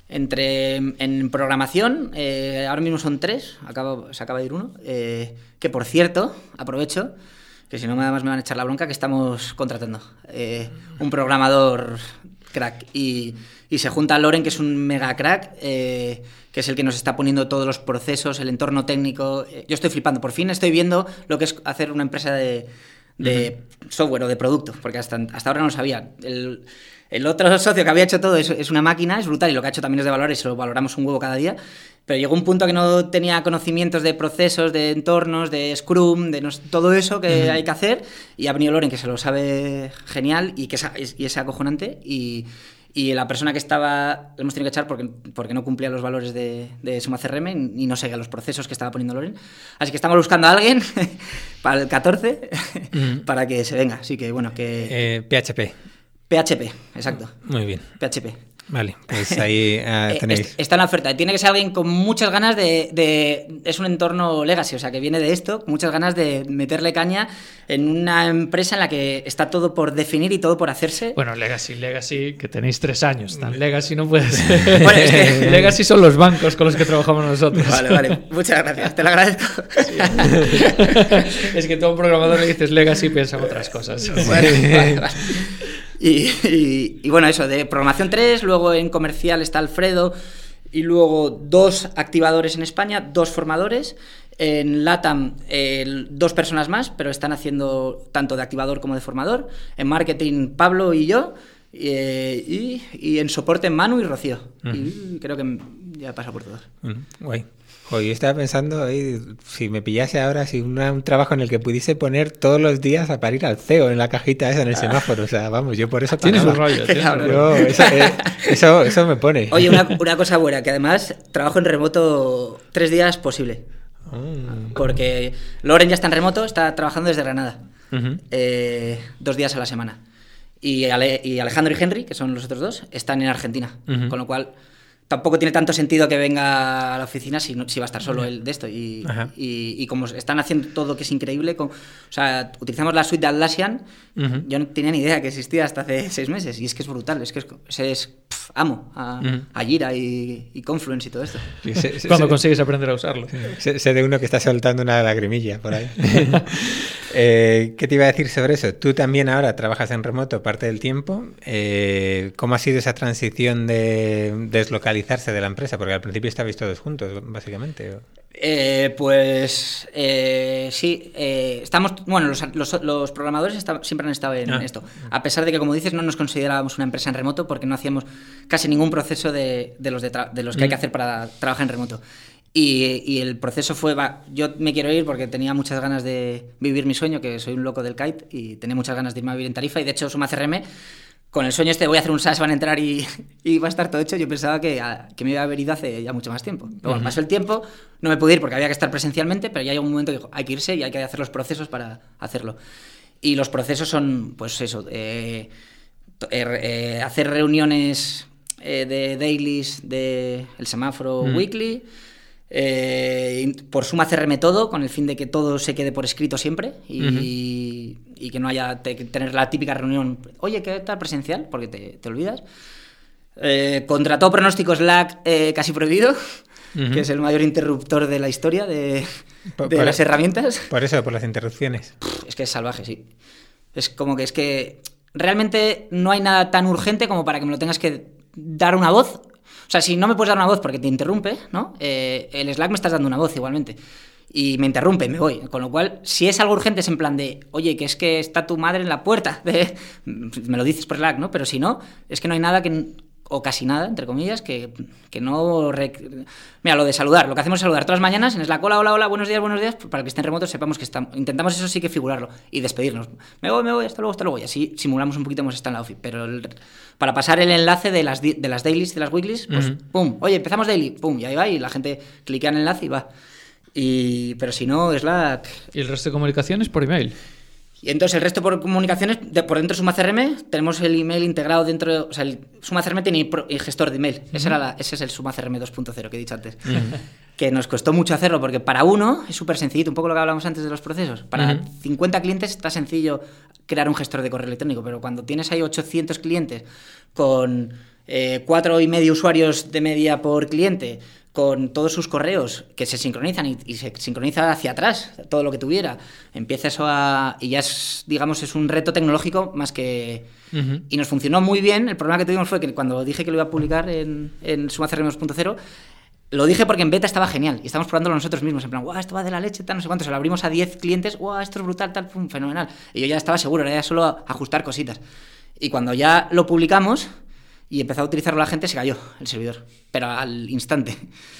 En programación, ahora mismo son 3, se acaba de ir uno, que por cierto, aprovecho, que si no además me van a echar la bronca, que estamos contratando un programador crack y se junta Loren, que es un mega crack, que es el que nos está poniendo todos los procesos, el entorno técnico. Yo estoy flipando, por fin estoy viendo lo que es hacer una empresa de software o de producto, porque hasta ahora no lo sabía. El otro socio que había hecho todo es una máquina, es brutal, y lo que ha hecho también es de valores, y se lo valoramos un huevo cada día, pero llegó un punto que no tenía conocimientos de procesos, de entornos, de Scrum, de todo eso que hay que hacer, y ha venido Loren, que se lo sabe genial y es acojonante, y la persona que estaba, le hemos tenido que echar porque no cumplía los valores de Suma CRM y no seguía los procesos que estaba poniendo Loren. Así que estamos buscando a alguien para el 14 para que se venga. Así que bueno, que... PHP, exacto. Muy bien. PHP. Vale, pues ahí tenéis... Está en la oferta. Tiene que ser alguien con muchas ganas Es un entorno legacy, o sea, que viene de esto, con muchas ganas de meterle caña en una empresa en la que está todo por definir y todo por hacerse. Bueno, legacy, que tenéis 3 años. Tan legacy no puede ser. Bueno, es que... Legacy son los bancos con los que trabajamos nosotros. Vale. Muchas gracias. Te lo agradezco. Sí. Es que todo un programador le dices legacy y piensa en otras cosas. Vale. Y bueno, eso, de programación 3, luego en comercial está Alfredo, y luego 2 activadores en España, 2 formadores. En LATAM 2 personas más, pero están haciendo tanto de activador como de formador. En marketing Pablo y yo, y en soporte Manu y Rocío. Y creo que ya he pasado por todos. Guay. Yo estaba pensando, si me pillase ahora, si un trabajo en el que pudiese poner todos los días a parir al CEO en la cajita esa en el semáforo. O sea, vamos, yo por eso... Tienes un rollo. Eso me pone. Oye, una cosa buena, que además trabajo en remoto 3 días posible. Porque Loren ya está en remoto, está trabajando desde Granada. 2 días a la semana. Y Alejandro y Henry, que son los otros 2, están en Argentina. Con lo cual... Tampoco tiene tanto sentido que venga a la oficina si va a estar solo él de esto. Y como están haciendo todo, que es increíble, o sea, utilizamos la suite de Atlassian. Yo no tenía ni idea que existía hasta hace 6 meses. Y es que es brutal. Es que amo a Jira y Confluence y todo esto. Cuando consigues aprender a usarlo. Sé de uno que está soltando una lagrimilla por ahí. ¿Qué te iba a decir sobre eso? Tú también ahora trabajas en remoto parte del tiempo. ¿Cómo ha sido esa transición de deslocalizarse de la empresa? Porque al principio estabais todos juntos, básicamente. Sí, estamos... Bueno, los programadores siempre han estado en esto. A pesar de que, como dices, no nos considerábamos una empresa en remoto porque no hacíamos casi ningún proceso de los que hay que hacer para trabajar en remoto. Y el proceso fue, yo me quiero ir porque tenía muchas ganas de vivir mi sueño, que soy un loco del kite, y tenía muchas ganas de irme a vivir en Tarifa, y de hecho Suma CRM, con el sueño voy a hacer un SaaS, van a entrar y va a estar todo hecho, yo pensaba que me iba a haber ido hace ya mucho más tiempo. Pero bueno, pasó el tiempo, no me pude ir porque había que estar presencialmente, pero ya llegó un momento que hay que irse y hay que hacer los procesos para hacerlo. Y los procesos son, pues eso, hacer reuniones de dailies del semáforo weekly, por Suma CRM todo, con el fin de que todo se quede por escrito siempre y que no haya que tener la típica reunión, oye, ¿qué tal presencial? Porque te olvidas. Contra todo pronóstico Slack casi prohibido, que es el mayor interruptor de la historia de las herramientas. Por eso, por las interrupciones. Es que es salvaje, sí. Es que realmente no hay nada tan urgente como para que me lo tengas que dar una voz. O sea, si no me puedes dar una voz porque te interrumpe, ¿no? El Slack me estás dando una voz igualmente. Y me interrumpe, me voy. Con lo cual, si es algo urgente, es en plan de, oye, que es que está tu madre en la puerta. Me lo dices por Slack, ¿no? Pero si no, es que no hay nada o casi nada, entre comillas, que no... Mira, lo de saludar. Lo que hacemos es saludar todas las mañanas en Slack. Hola, buenos días. Para que esté en remoto sepamos que estamos... Intentamos eso sí que figurarlo. Y despedirnos. Me voy, hasta luego. Y así simulamos un poquito hemos estado en la office. Pero para pasar el enlace de las dailies, de las weeklies, pues pum. Oye, empezamos daily. Pum, y ahí va. Y la gente cliquea en el enlace y va. Pero si no, Slack... ¿Y el resto de comunicaciones por email? Y entonces el resto por comunicaciones, por dentro de Suma CRM, tenemos el email integrado dentro, o sea, el Suma CRM tiene el gestor de email. Ese es el Suma CRM 2.0 que he dicho antes. Que nos costó mucho hacerlo porque para uno es súper sencillito, un poco lo que hablamos antes de los procesos. Para 50 clientes está sencillo crear un gestor de correo electrónico, pero cuando tienes ahí 800 clientes con 4,5 usuarios de media por cliente, con todos sus correos que se sincronizan y se sincroniza hacia atrás todo lo que tuviera, empieza eso y ya es, digamos, es un reto tecnológico más que... Y nos funcionó muy bien. El problema que tuvimos fue que cuando dije que lo iba a publicar en Suma CRM 2.0, lo dije porque en beta estaba genial y estamos probándolo nosotros mismos, en plan, guau, esto va de la leche, tal, no sé cuánto, se lo abrimos a 10 clientes, guau, esto es brutal, tal, pum, fenomenal. Y yo ya estaba seguro, era solo ajustar cositas. Y cuando ya lo publicamos y empezó a utilizarlo la gente, se cayó el servidor, pero al instante.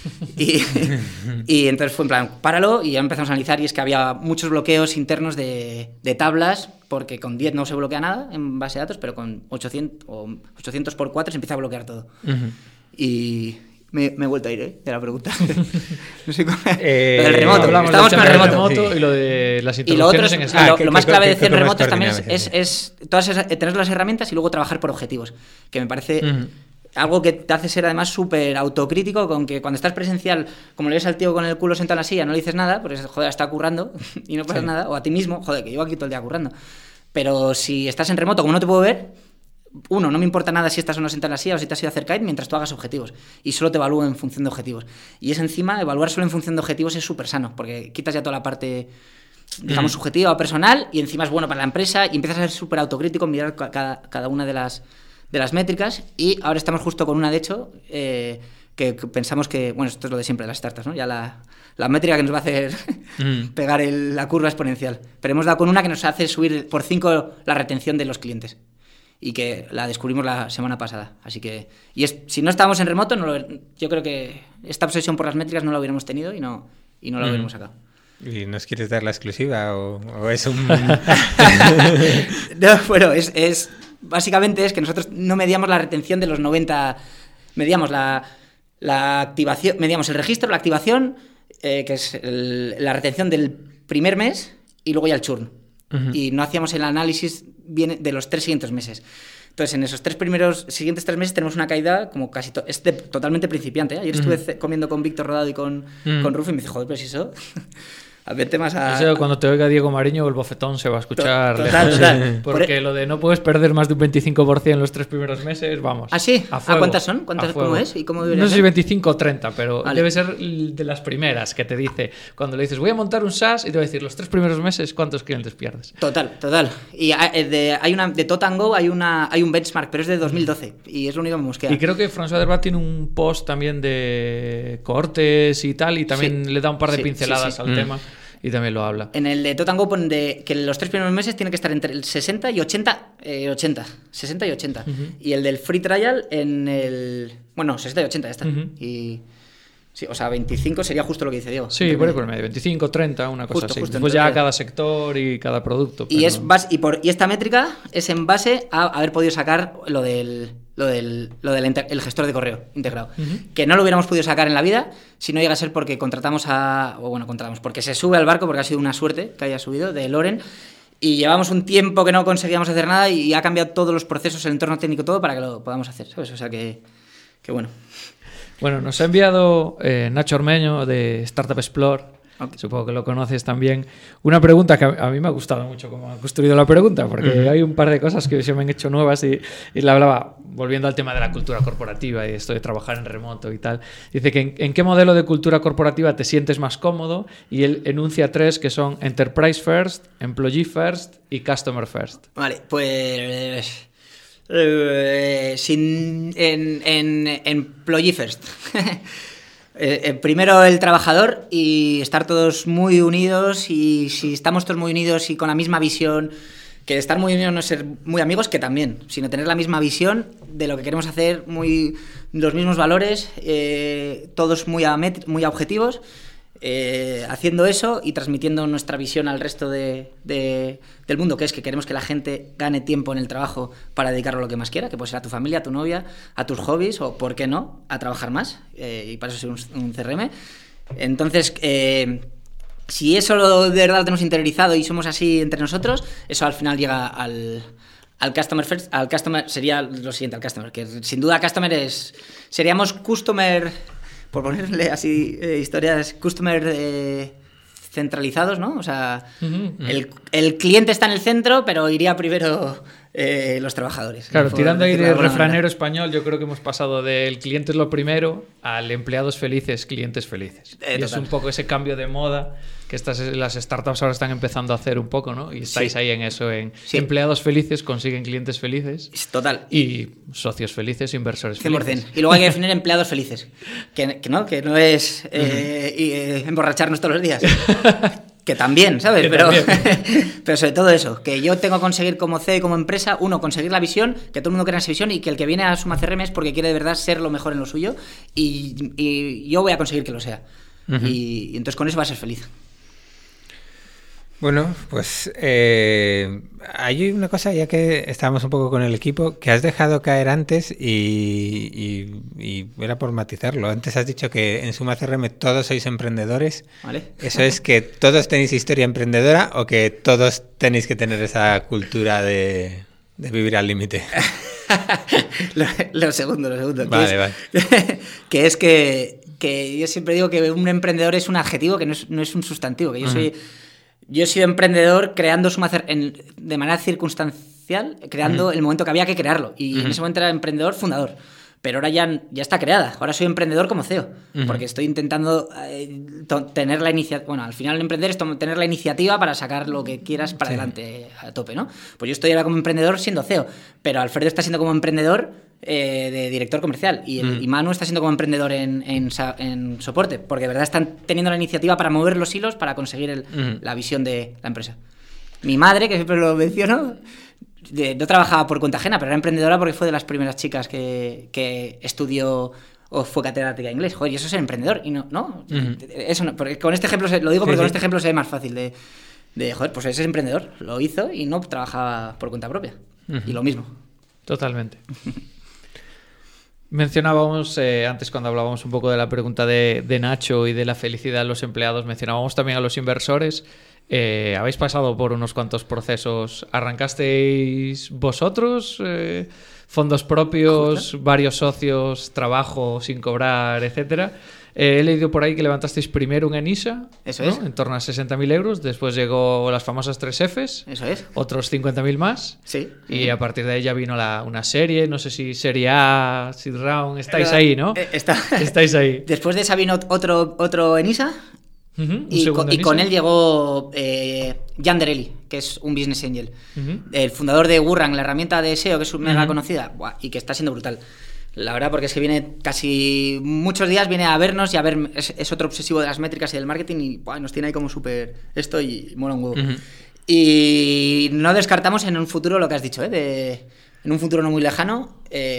Y entonces fue en plan, páralo, y ya empezamos a analizar, y es que había muchos bloqueos internos de tablas, porque con 10 no se bloquea nada en base de datos, pero con 800 por 4 se empieza a bloquear todo. Y... Me he vuelto a ir, de la pregunta. No sé cómo... lo del remoto. Estábamos con el remoto. Y lo de las interrupciones en Skype. Lo más clave de hacer remotos también es tener las herramientas y luego trabajar por objetivos. Que me parece algo que te hace ser además súper autocrítico, con que cuando estás presencial, como le ves al tío con el culo sentado en la silla, no le dices nada, pues joder, está currando y no pasa nada. O a ti mismo, joder, que llevo aquí todo el día currando. Pero si estás en remoto, como no te puedo ver... no me importa nada si estás o no sentado en la silla o si te has ido a hacer kite mientras tú hagas objetivos, y solo te evalúo en función de objetivos, y es encima, evaluar solo en función de objetivos es súper sano, porque quitas ya toda la parte, digamos, subjetiva o personal, y encima es bueno para la empresa, y empiezas a ser súper autocrítico, mirar cada una de las métricas. Y ahora estamos justo con una, de hecho, que pensamos que, bueno, esto es lo de siempre de las startups, ¿no? Ya la métrica que nos va a hacer pegar la curva exponencial, pero hemos dado con una que nos hace subir por 5 la retención de los clientes, y que la descubrimos la semana pasada. Así que, si no estábamos en remoto, yo creo que esta obsesión por las métricas no la hubiéramos tenido y no la hubiéramos sacado. ¿Y nos quieres dar la exclusiva o es un...? No, bueno, básicamente es que nosotros no medíamos la retención de los 90... Medíamos la activación, medíamos el registro, la activación, que es la retención del primer mes, y luego ya el churn. Y no hacíamos el análisis bien de los 3 siguientes meses. Entonces, en esos siguientes 3 meses tenemos una caída como casi... totalmente principiante, ¿eh? Ayer estuve comiendo con Víctor Rodado y con Rufo, y me dice, joder, pero si eso... Vete más a... Eso, cuando te oiga Diego Mariño, el bofetón se va a escuchar. Total. Porque lo de no puedes perder más de un 25% en los 3 primeros meses, vamos. ¿Ah, sí? A fuego, ¿Cuántas son? ¿Cómo es? ¿Y cómo no sé si 25 o 30, pero debe ser de las primeras que te dice. Cuando le dices, voy a montar un SaaS, y te va a decir, los 3 primeros meses, ¿cuántos clientes pierdes? Total. Y de Tot & Go hay un benchmark, pero es de 2012, y es lo único que me mosquea. Y creo que François Derbat tiene un post también de cohortes y tal, y también le da un par de pinceladas al tema. Y también lo habla. En el de Tot & Go pone que los 3 primeros meses tiene que estar entre el 60 y 80. 60 y 80. Y el del free trial en el... Bueno, 60 y 80, ya está. Y... Sí, o sea, 25 sería justo lo que dice Diego. Sí, por el medio. 25, 30, una cosa así. Justo, después ya cada sector y cada producto. Y, y esta métrica es en base a haber podido sacar lo del el gestor de correo integrado, que no lo hubiéramos podido sacar en la vida si no llega a ser porque porque se sube al barco, porque ha sido una suerte que haya subido, de Loren, y llevamos un tiempo que no conseguíamos hacer nada, y ha cambiado todos los procesos, el entorno técnico, todo, para que lo podamos hacer, ¿sabes? O sea que bueno. Bueno, nos ha enviado Nacho Ormeño de Startup Explore, supongo que lo conoces también, una pregunta que a mí me ha gustado mucho cómo ha construido la pregunta, porque hay un par de cosas que se me han hecho nuevas, y le hablaba, volviendo al tema de la cultura corporativa y esto de trabajar en remoto y tal. Dice que en qué modelo de cultura corporativa te sientes más cómodo, y él enuncia 3 que son Enterprise First, Employee First y Customer First. Vale, pues... en Employee First. Primero el trabajador, y estar todos muy unidos, y si estamos todos muy unidos y con la misma visión, que estar muy unidos no es ser muy amigos, que también, sino tener la misma visión de lo que queremos hacer, los mismos valores, todos muy a objetivos, haciendo eso y transmitiendo nuestra visión al resto del mundo, que es que queremos que la gente gane tiempo en el trabajo para dedicarlo a lo que más quiera, que puede ser a tu familia, a tu novia, a tus hobbies, o, ¿por qué no?, a trabajar más, y para eso es un CRM. Entonces, si eso de verdad lo tenemos interiorizado y somos así entre nosotros, eso al final llega al Customer First. Al Customer sería lo siguiente, al Customer, que sin duda Customer seríamos Customer... Por ponerle así historias, customer centralizados, ¿no? O sea, el cliente está en el centro, pero iría primero los trabajadores. Claro, tirando ahí de refranero español, yo creo que hemos pasado del cliente es lo primero al empleados felices, clientes felices. Y es un poco ese cambio de moda que las startups ahora están empezando a hacer un poco, ¿no? Y estáis ahí en eso, empleados felices consiguen clientes felices. Total. Y socios felices, inversores felices. 100%. Y luego hay que definir empleados felices. Que no es emborracharnos todos los días. Que también, ¿sabes? Pero sobre todo eso, que yo tengo que conseguir como CEO y como empresa, conseguir la visión, que todo el mundo crea esa visión y que el que viene a Suma CRM es porque quiere de verdad ser lo mejor en lo suyo y yo voy a conseguir que lo sea. Y entonces con eso va a ser feliz. Bueno, pues hay una cosa, ya que estábamos un poco con el equipo, que has dejado caer antes y era por matizarlo. Antes has dicho que en Suma CRM todos sois emprendedores. ¿Vale? ¿Eso es que todos tenéis historia emprendedora o que todos tenéis que tener esa cultura de vivir al límite? Lo segundo. Vale. Que es que yo siempre digo que un emprendedor es un adjetivo, que no es un sustantivo, que yo he sido emprendedor creando Suma CRM de manera circunstancial, creando el momento que había que crearlo. Y en ese momento era emprendedor fundador. Pero ahora ya está creada. Ahora soy emprendedor como CEO. Porque estoy intentando tener la iniciativa. Bueno, al final emprender es tener la iniciativa para sacar lo que quieras para adelante a tope, ¿no? Pues yo estoy ahora como emprendedor siendo CEO. Pero Alfredo está siendo como emprendedor de director comercial. Y Manu está siendo como emprendedor en soporte. Porque de verdad están teniendo la iniciativa para mover los hilos para conseguir la visión de la empresa. Mi madre, que siempre lo menciono, no trabajaba por cuenta ajena, pero era emprendedora porque fue de las primeras chicas que estudió o fue catedrática de inglés. Joder, y eso es ser emprendedor. Y no. Eso no, porque con este ejemplo lo digo porque con este ejemplo se ve más fácil de joder, pues ese es emprendedor. Lo hizo y no trabajaba por cuenta propia. Y lo mismo. Totalmente. Mencionábamos antes, cuando hablábamos un poco de la pregunta de Nacho y de la felicidad de los empleados, mencionábamos también a los inversores. Habéis pasado por unos cuantos procesos. ¿Arrancasteis vosotros? ¿Fondos propios? ¿Varios socios? ¿Trabajo sin cobrar? Etcétera. He leído por ahí que levantasteis primero un ENISA, eso ¿no? es. En torno a 60.000 euros. Después llegó las famosas 3 Fs. Eso es. Otros 50.000 más. Sí. Y a partir de ahí ya vino una serie. No sé si serie A, Seed Round. Estáis ahí, ¿no? Estáis ahí. Después de esa vino otro ENISA. Y con él llegó Jan Dereli, que es un business angel, el fundador de Gurran, la herramienta de SEO que es mega conocida y que está siendo brutal. La verdad, porque es que viene casi muchos días, viene a vernos y a ver, es otro obsesivo de las métricas y del marketing y nos tiene ahí como súper esto y mola un huevo. Y no descartamos en un futuro lo que has dicho, en un futuro no muy lejano,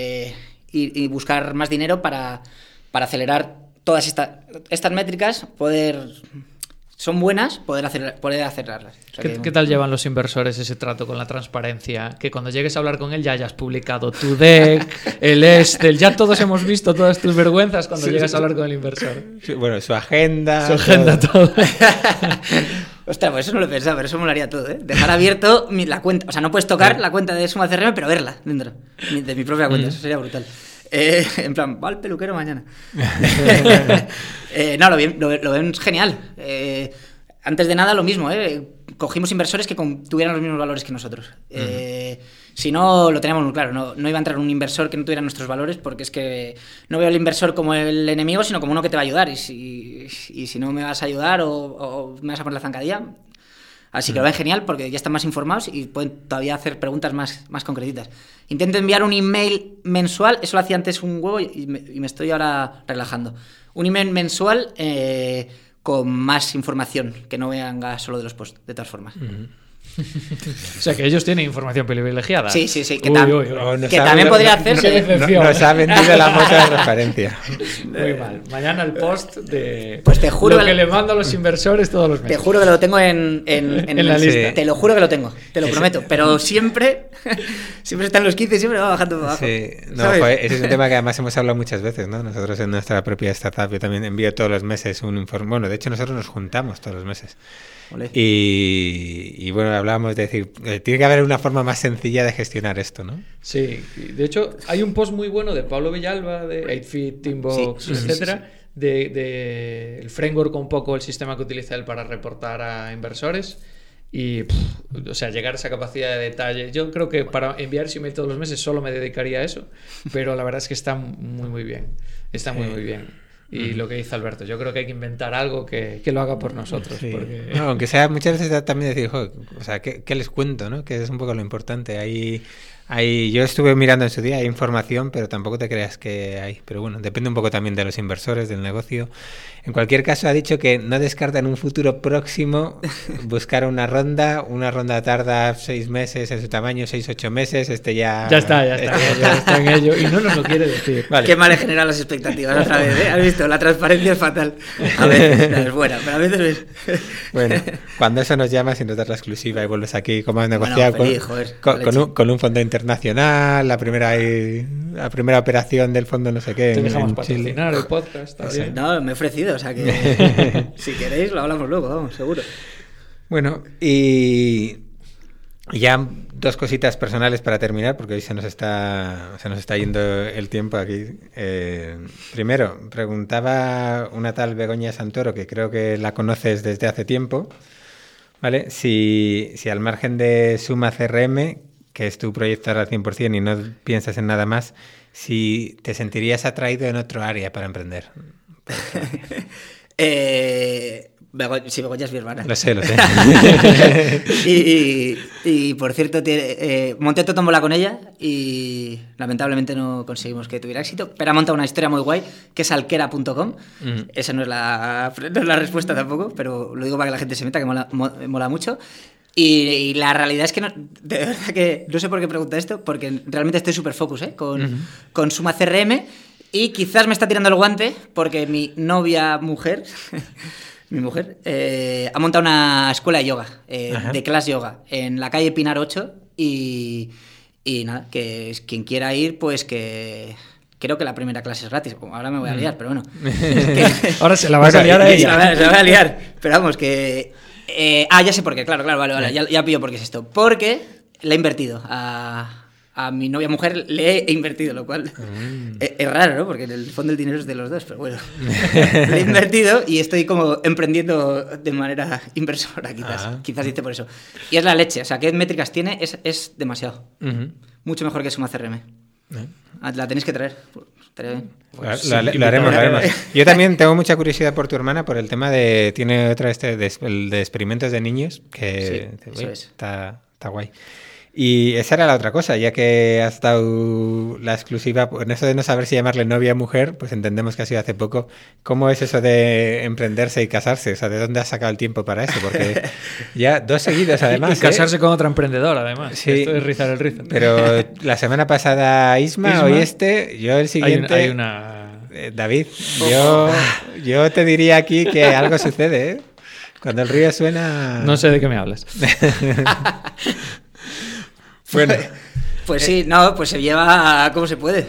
y buscar más dinero para acelerar todas estas métricas, son buenas, poder acelerarlas. O sea ¿Qué tal llevan los inversores ese trato con la transparencia? Que cuando llegues a hablar con él ya hayas publicado tu deck, el Excel, ya todos hemos visto todas tus vergüenzas cuando llegas a hablar con el inversor. Sí, bueno, su agenda. Todo. Ostras, pues eso no lo he pensado, pero eso molaría todo, ¿eh? Dejar abierto la cuenta. O sea, no puedes tocar la cuenta de Suma CRM, pero verla dentro de mi propia cuenta. Eso sería brutal. En plan, va al peluquero mañana. No, lo ven genial. Antes de nada, lo mismo, cogimos inversores que tuvieran los mismos valores que nosotros. Si no, lo teníamos muy claro. No iba a entrar un inversor que no tuviera nuestros valores, porque es que no veo al inversor como el enemigo, sino como uno que te va a ayudar. Y si no me vas a ayudar o me vas a poner la zancadilla. Así que lo ven genial porque ya están más informados y pueden todavía hacer preguntas más concretitas. Intento enviar un email mensual, eso lo hacía antes un huevo y me estoy ahora relajando. Un email mensual con más información, que no venga solo de los posts, de todas formas. O sea, que ellos tienen información privilegiada. Sí, que también podría hacerse. Nos ha vendido la moto de referencia. Muy mal. Mañana el post de pues te juro lo que le mando a los inversores todos los meses. Te juro que lo tengo en la lista. Te lo juro que lo tengo, te lo prometo. Pero siempre están los 15 y siempre va bajando para abajo. Sí, ese es un tema que además hemos hablado muchas veces, ¿no? Nosotros en nuestra propia startup, yo también envío todos los meses un informe. Bueno, de hecho nosotros nos juntamos todos los meses. Y bueno, hablábamos de decir, tiene que haber una forma más sencilla de gestionar esto, ¿no? Sí, de hecho hay un post muy bueno de Pablo Villalba, de 8Fit, Teambox, etcétera, de el framework, un poco el sistema que utiliza él para reportar a inversores. Y, o sea, llegar a esa capacidad de detalle. Yo creo que para enviar ese email todos los meses solo me dedicaría a eso, pero la verdad es que está muy, muy bien. Está muy, muy bien. Y lo que dice Alberto, yo creo que hay que inventar algo que lo haga por nosotros. Sí. Porque... No, aunque sea muchas veces también decir, o sea, ¿qué les cuento? ¿No? Que es un poco lo importante. Yo estuve mirando en su día, hay información, pero tampoco te creas que hay. Pero bueno, depende un poco también de los inversores, del negocio. En cualquier caso, ha dicho que no descarta en un futuro próximo buscar una ronda. Una ronda tarda 6 meses en su tamaño, 6-8 meses. Ya está en ello. Y no nos lo quiere decir. Vale. Qué mal he generado las expectativas otra vez, ¿eh? ¿Has visto? La transparencia es fatal. A veces es buena, pero a veces es... Bueno, cuando eso nos llamas y nos das la exclusiva y vuelves aquí, como has negociado con un fondo internacional, la primera operación del fondo no sé qué. Te dejamos patrocinar el podcast también. No, me he ofrecido, o sea que si queréis lo hablamos luego, vamos, seguro. Bueno, y ya 2 cositas personales para terminar, porque hoy se nos está yendo el tiempo aquí. Primero, preguntaba una tal Begoña Santoro, que creo que la conoces desde hace tiempo, ¿vale? Si al margen de Suma CRM, que es tu proyecto al 100% y no piensas en nada más, si te sentirías atraído en otro área para emprender. Sí, Begoña es mi hermana. Lo sé. y por cierto, monté Totómbola con ella y lamentablemente no conseguimos que tuviera éxito, pero ha montado una historia muy guay que es alquera.com. Esa no es la respuesta tampoco, pero lo digo para que la gente se meta, que mola mucho. Y la realidad es que de verdad que no sé por qué pregunta esto, porque realmente estoy súper focus con Suma CRM y quizás me está tirando el guante porque mi novia mujer, ha montado una escuela de yoga, de Class Yoga, en la calle Pinar 8 y nada, que quien quiera ir, pues que... Creo que la primera clase es gratis. Ahora me voy a liar, pero bueno. Ahora se la vas a liar a ella. Se la voy a liar. Pero vamos, que... ya sé por qué, claro, vale, ya pillo por qué es esto. Porque le he invertido a mi novia mujer, le he invertido, lo cual es raro, ¿no? Porque en el fondo el dinero es de los dos, pero bueno. Le he invertido y estoy como emprendiendo de manera inversora, quizás dice por eso. Y es la leche, o sea, ¿qué métricas tiene? Es demasiado. Mucho mejor que Suma CRM. La tenéis que traer. Lo haremos. Yo también tengo mucha curiosidad por tu hermana por el tema de... Tiene otra el de experimentos de niños que sí, está guay. Y esa era la otra cosa, ya que has dado la exclusiva, en eso de no saber si llamarle novia o mujer, pues entendemos que ha sido hace poco. ¿Cómo es eso de emprenderse y casarse? O sea, ¿de dónde has sacado el tiempo para eso? Porque ya 2 seguidos además. Y casarse con otra emprendedora además. Sí, esto es rizar el rizo. Pero la semana pasada Isma, hoy yo el siguiente... Hay una... David, yo te diría aquí que algo sucede, ¿eh? Cuando el río suena... No sé de qué me hablas. Bueno. Pues sí, pues se lleva como se puede.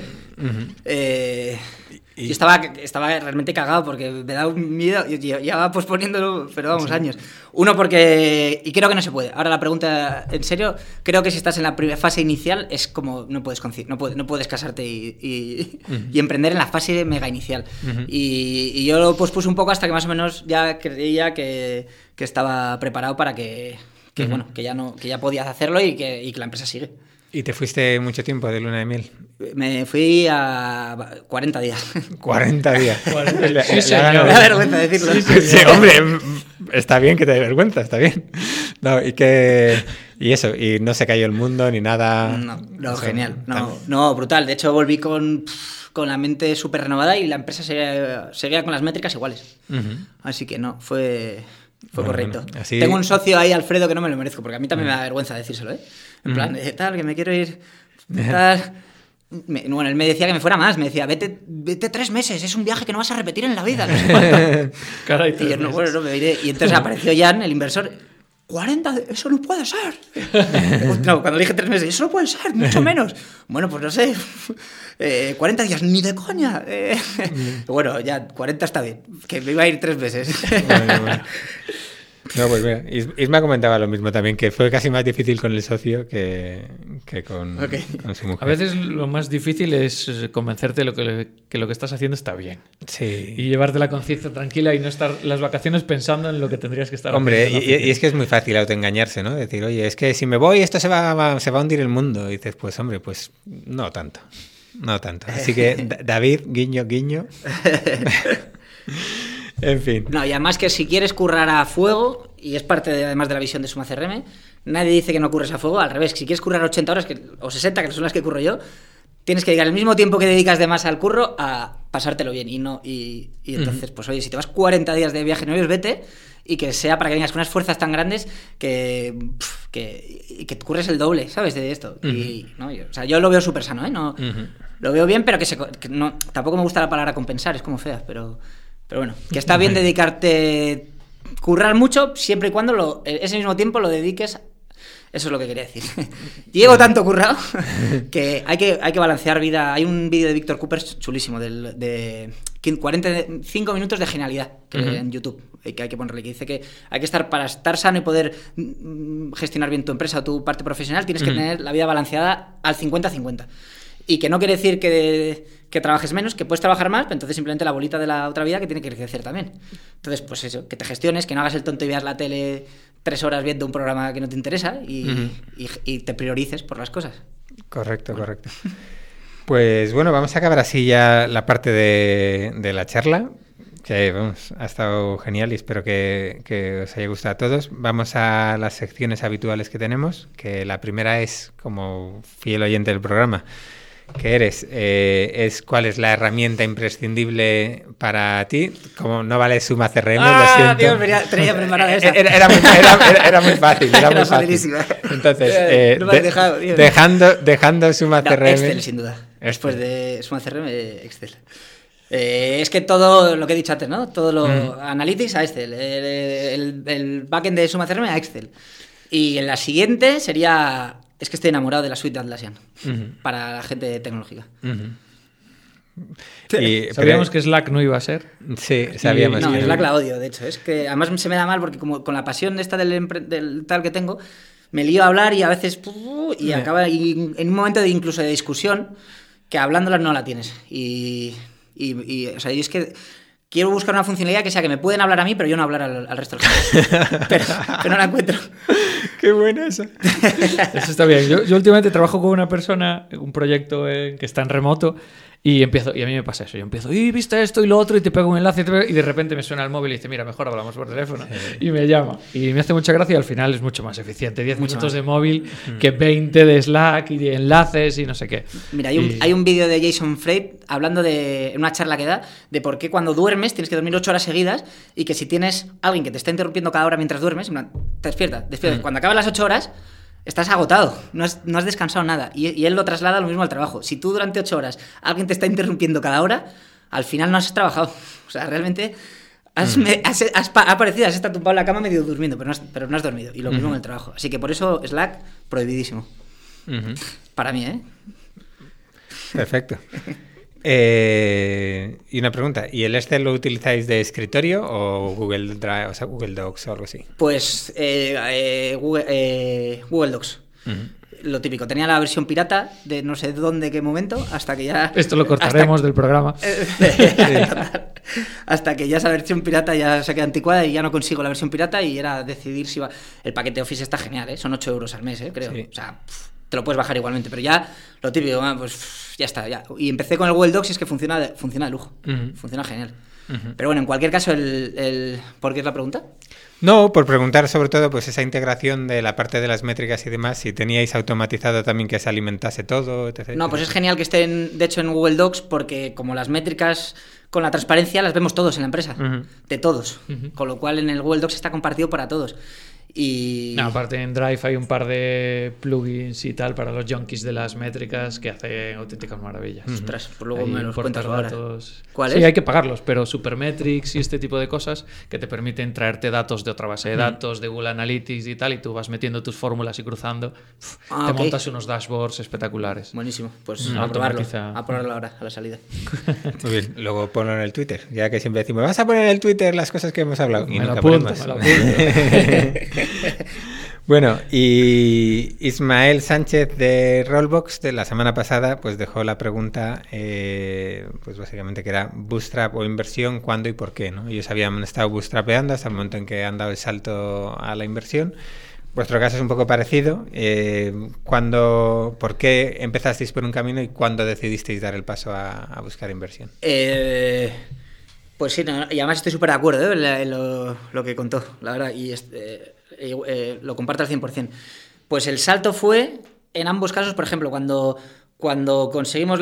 Yo estaba realmente cagado porque me da un miedo. Yo llevaba posponiéndolo, pero vamos, años. Uno, porque... Y creo que no se puede. Ahora la pregunta, en serio, creo que si estás en la primera fase inicial es como... No puedes casarte y emprender en la fase mega inicial. Y yo lo pospuse un poco hasta que más o menos ya creía que estaba preparado para que ya podías hacerlo y que la empresa sigue. ¿Y te fuiste mucho tiempo de luna de miel? Me fui a 40 días. 40 días. Me da vergüenza decirlo. Sí, hombre, está bien que te dé vergüenza, está bien. No, y eso, y no se cayó el mundo ni nada. No, genial. No, brutal. De hecho, volví con la mente súper renovada y la empresa seguía con las métricas iguales. Así que fue correcto. Bueno, tengo un socio ahí, Alfredo, que no me lo merezco, porque a mí también me da vergüenza decírselo, ¿eh? En plan, tal, que me quiero ir, tal... Bueno, él me decía que me fuera más, me decía, vete 3 meses, es un viaje que no vas a repetir en la vida. No sé cuánto. Caray, y yo, no me iré. Y entonces apareció Jan, el inversor... 40, eso no puede ser. No, cuando dije 3 meses, eso no puede ser, mucho menos. Bueno, pues no sé, 40 días, ni de coña. Bueno, ya 40 está bien, que me iba a ir 3 meses. Bueno. No, pues mira, Isma comentaba lo mismo también, que fue casi más difícil con el socio que con su mujer. A veces lo más difícil es convencerte de que lo que estás haciendo está bien. Sí. Y llevarte la conciencia tranquila y no estar las vacaciones pensando en lo que tendrías que estar Hombre, haciendo. Y es que es muy fácil autoengañarse, ¿no? Decir, oye, es que si me voy esto se va a hundir el mundo. Y dices, pues hombre, pues no tanto. No tanto. Así que, David, guiño, guiño. En fin. No, y además que si quieres currar a fuego, y es parte además de la visión de Suma CRM, nadie dice que no curres a fuego, al revés, si quieres currar 80 horas o 60, que son las que curro yo, tienes que dedicar el mismo tiempo que dedicas de más al curro a pasártelo bien. Y entonces, pues oye, si te vas 40 días de viaje novios, vete, y que sea para que vengas con unas fuerzas tan grandes que te curres el doble, ¿sabes? De esto. O sea, yo lo veo súper sano, ¿eh? No, lo veo bien, pero que no, tampoco me gusta la palabra compensar, es como fea, pero bueno, que está bien dedicarte, currar mucho, siempre y cuando ese mismo tiempo lo dediques. Eso es lo que quería decir. Llego tanto currado que hay que balancear vida. Hay un vídeo de Víctor Cooper chulísimo de 45 minutos de genialidad en YouTube, que hay que ponerle, que dice que hay que estar, para estar sano y poder gestionar bien tu empresa o tu parte profesional, tienes que tener la vida balanceada al 50-50. Y que no quiere decir que trabajes menos, que puedes trabajar más, pero entonces simplemente la bolita de la otra vida que tiene que crecer también. Entonces, pues eso, que te gestiones, que no hagas el tonto y veas la tele 3 horas viendo un programa que no te interesa y te priorices por las cosas. Correcto. Pues bueno, vamos a acabar así ya la parte de la charla, que vamos, ha estado genial y espero que os haya gustado a todos. Vamos a las secciones habituales que tenemos, que la primera es, como fiel oyente del programa que eres, es cuál es la herramienta imprescindible para ti. Como no vale Suma CRM, lo siento. Dios, traía preparada esa. Era muy fácil. Era facilísima. Entonces, no me has dejado, dejando Suma CRM... Excel, sin duda. Después de Suma CRM, Excel. Es que todo lo que he dicho antes, ¿no? Todo lo Analytics a Excel, el backend de Suma CRM a Excel. Y en la siguiente sería... Es que estoy enamorado de la suite de Atlassian para la gente tecnológica. ¿Sabíamos que Slack no iba a ser? Sí, sabíamos. No, Slack la odio, de hecho. Es que además se me da mal porque como con la pasión esta del tal que tengo, me lío a hablar y a veces... Y acaba en un momento incluso de discusión que hablándola no la tienes. O sea, y es que... Quiero buscar una funcionalidad que sea que me pueden hablar a mí, pero yo no hablar al resto de los pero no la encuentro. Qué buena esa. Eso está bien. Yo últimamente trabajo con una persona, un proyecto que está en remoto, y a mí me pasa eso. Yo empiezo, viste esto y lo otro, y te pego un enlace, y de repente me suena el móvil y dice, mira, mejor hablamos por teléfono. Sí. Y me llama. Y me hace mucha gracia y al final es mucho más eficiente. 10 minutos de móvil que 20 de Slack y de enlaces y no sé qué. Mira, hay un vídeo de Jason Fried hablando en una charla que da de por qué cuando duermes tienes que dormir 8 horas seguidas y que si tienes alguien que te está interrumpiendo cada hora mientras duermes, te despiertas. Cuando acaban las 8 horas... Estás agotado, no has descansado nada. Y él lo traslada lo mismo al trabajo. Si tú durante 8 horas alguien te está interrumpiendo cada hora, al final no has trabajado. O sea, realmente has aparecido, has estado tumbado en la cama medio durmiendo, pero no has dormido. Y lo mismo en el trabajo. Así que por eso Slack, prohibidísimo. Para mí, ¿eh? Perfecto. Y una pregunta, ¿y el Excel lo utilizáis de escritorio o Google Drive, o sea, Google Docs o algo así? Pues Google Docs. Lo típico, tenía la versión pirata de no sé dónde, qué momento, hasta que ya... Esto lo cortaremos del programa. Hasta que ya esa versión pirata ya se queda anticuada y ya no consigo la versión pirata y era decidir si va... El paquete Office está genial, ¿eh? Son 8 euros al mes, creo. Sí. O sea... te lo puedes bajar igualmente, pero ya lo típico, pues ya está. Ya. Y empecé con el Google Docs y es que funciona de lujo, funciona genial. Pero bueno, en cualquier caso, ¿por qué es la pregunta? No, por preguntar sobre todo pues esa integración de la parte de las métricas y demás, si teníais automatizado también que se alimentase todo, etc. No, pues es genial que estén, de hecho, en Google Docs, porque como las métricas con la transparencia las vemos todos en la empresa, de todos, con lo cual en el Google Docs está compartido para todos. Y... aparte en Drive hay un par de plugins y tal para los junkies de las métricas que hacen auténticas maravillas. Ostras, pues luego me los cuentas ahora. ¿Cuál es? Sí, hay que pagarlos, pero Supermetrics y este tipo de cosas que te permiten traerte datos de otra base de datos, de Google Analytics y tal, y tú vas metiendo tus fórmulas y cruzando. Te montas unos dashboards espectaculares. Buenísimo, pues a probarlo ahora, a la salida. Muy bien, luego ponlo en el Twitter, ya que siempre decimos, vas a poner en el Twitter las cosas que hemos hablado. Y me lo apunto. Bueno, y Ismael Sánchez de Rollbox de la semana pasada pues dejó la pregunta, pues básicamente que era Bootstrap o inversión, cuándo y por qué, ¿no? Ellos habían estado bootstrapeando hasta el momento en que han dado el salto a la inversión. Vuestro caso es un poco parecido. ¿Por qué empezasteis por un camino y cuándo decidisteis dar el paso a buscar inversión? Pues sí, y además estoy súper de acuerdo en lo que contó, la verdad, y lo comparto al 100%. Pues el salto fue, en ambos casos, por ejemplo, cuando conseguimos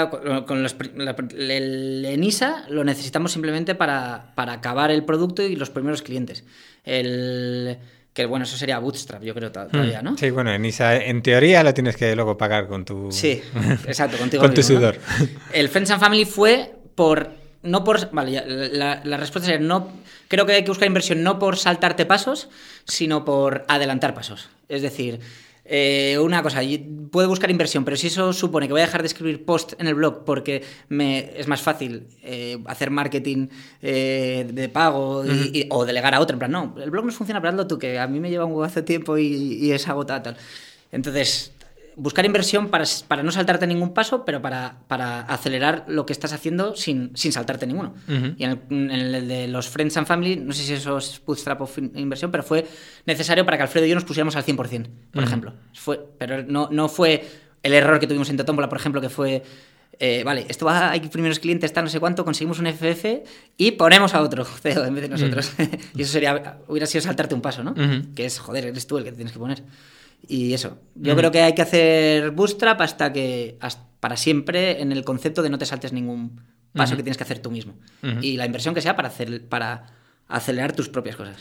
el ENISA, lo necesitamos simplemente para acabar el producto y los primeros clientes. Que bueno, eso sería Bootstrap, yo creo, todavía, ¿no? Sí, bueno, ENISA en teoría lo tienes que luego pagar con tu... Sí, exacto, contigo con mismo, tu sudor. ¿no? El Friends and Family fue vale, la respuesta sería no. Creo que hay que buscar inversión no por saltarte pasos, sino por adelantar pasos. Es decir, una cosa, puedo buscar inversión, pero si eso supone que voy a dejar de escribir post en el blog porque es más fácil hacer marketing de pago o delegar a otro, en plan, no, el blog no funciona, pero hazlo tú, que a mí me lleva un huevazo de tiempo y es agotado tal. Entonces, buscar inversión para no saltarte ningún paso, pero para acelerar lo que estás haciendo sin saltarte ninguno. Y en el de los Friends and Family, no sé si eso es bootstrap o inversión, pero fue necesario para que Alfredo y yo nos pusiéramos al 100%, por ejemplo. Pero no fue el error que tuvimos en Totómbola, por ejemplo, que fue... vale, hay primeros clientes, está no sé cuánto, conseguimos un FF y ponemos a otro CEO en vez de nosotros. Y eso hubiera sido saltarte un paso, ¿no? Que es, joder, eres tú el que te tienes que poner. Y eso, yo creo que hay que hacer bootstrap para siempre en el concepto de no te saltes ningún paso que tienes que hacer tú mismo. Y la inversión que sea para acelerar tus propias cosas.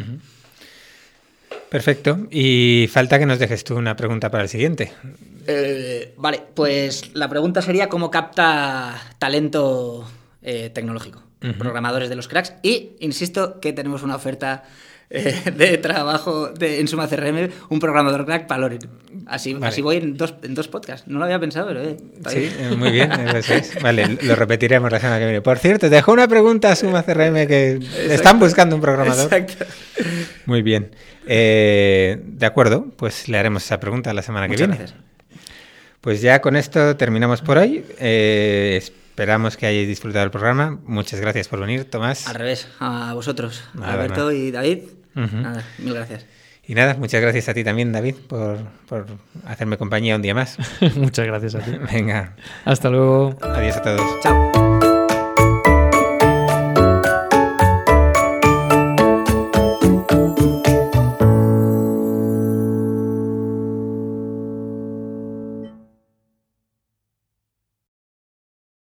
Perfecto. Y falta que nos dejes tú una pregunta para el siguiente. Vale, pues la pregunta sería ¿cómo capta talento tecnológico? Programadores de los cracks. Y insisto que tenemos una oferta de trabajo en Suma CRM, un programador crack para Loren. Así voy en dos podcasts. No lo había pensado, pero sí, muy bien, eso es. Vale, lo repetiremos la semana que viene. Por cierto, te dejo una pregunta a Suma CRM que están buscando un programador. Exacto. Muy bien. De acuerdo, pues le haremos esa pregunta la semana que viene. Muchas gracias. Pues ya con esto terminamos por hoy. Esperamos que hayáis disfrutado del programa. Muchas gracias por venir, Tomás. Al revés, a vosotros, Alberto y David. Nada, mil gracias. Y nada, muchas gracias a ti también, David, por hacerme compañía un día más. Muchas gracias a ti. Venga. Hasta luego. Adiós a todos. Chao.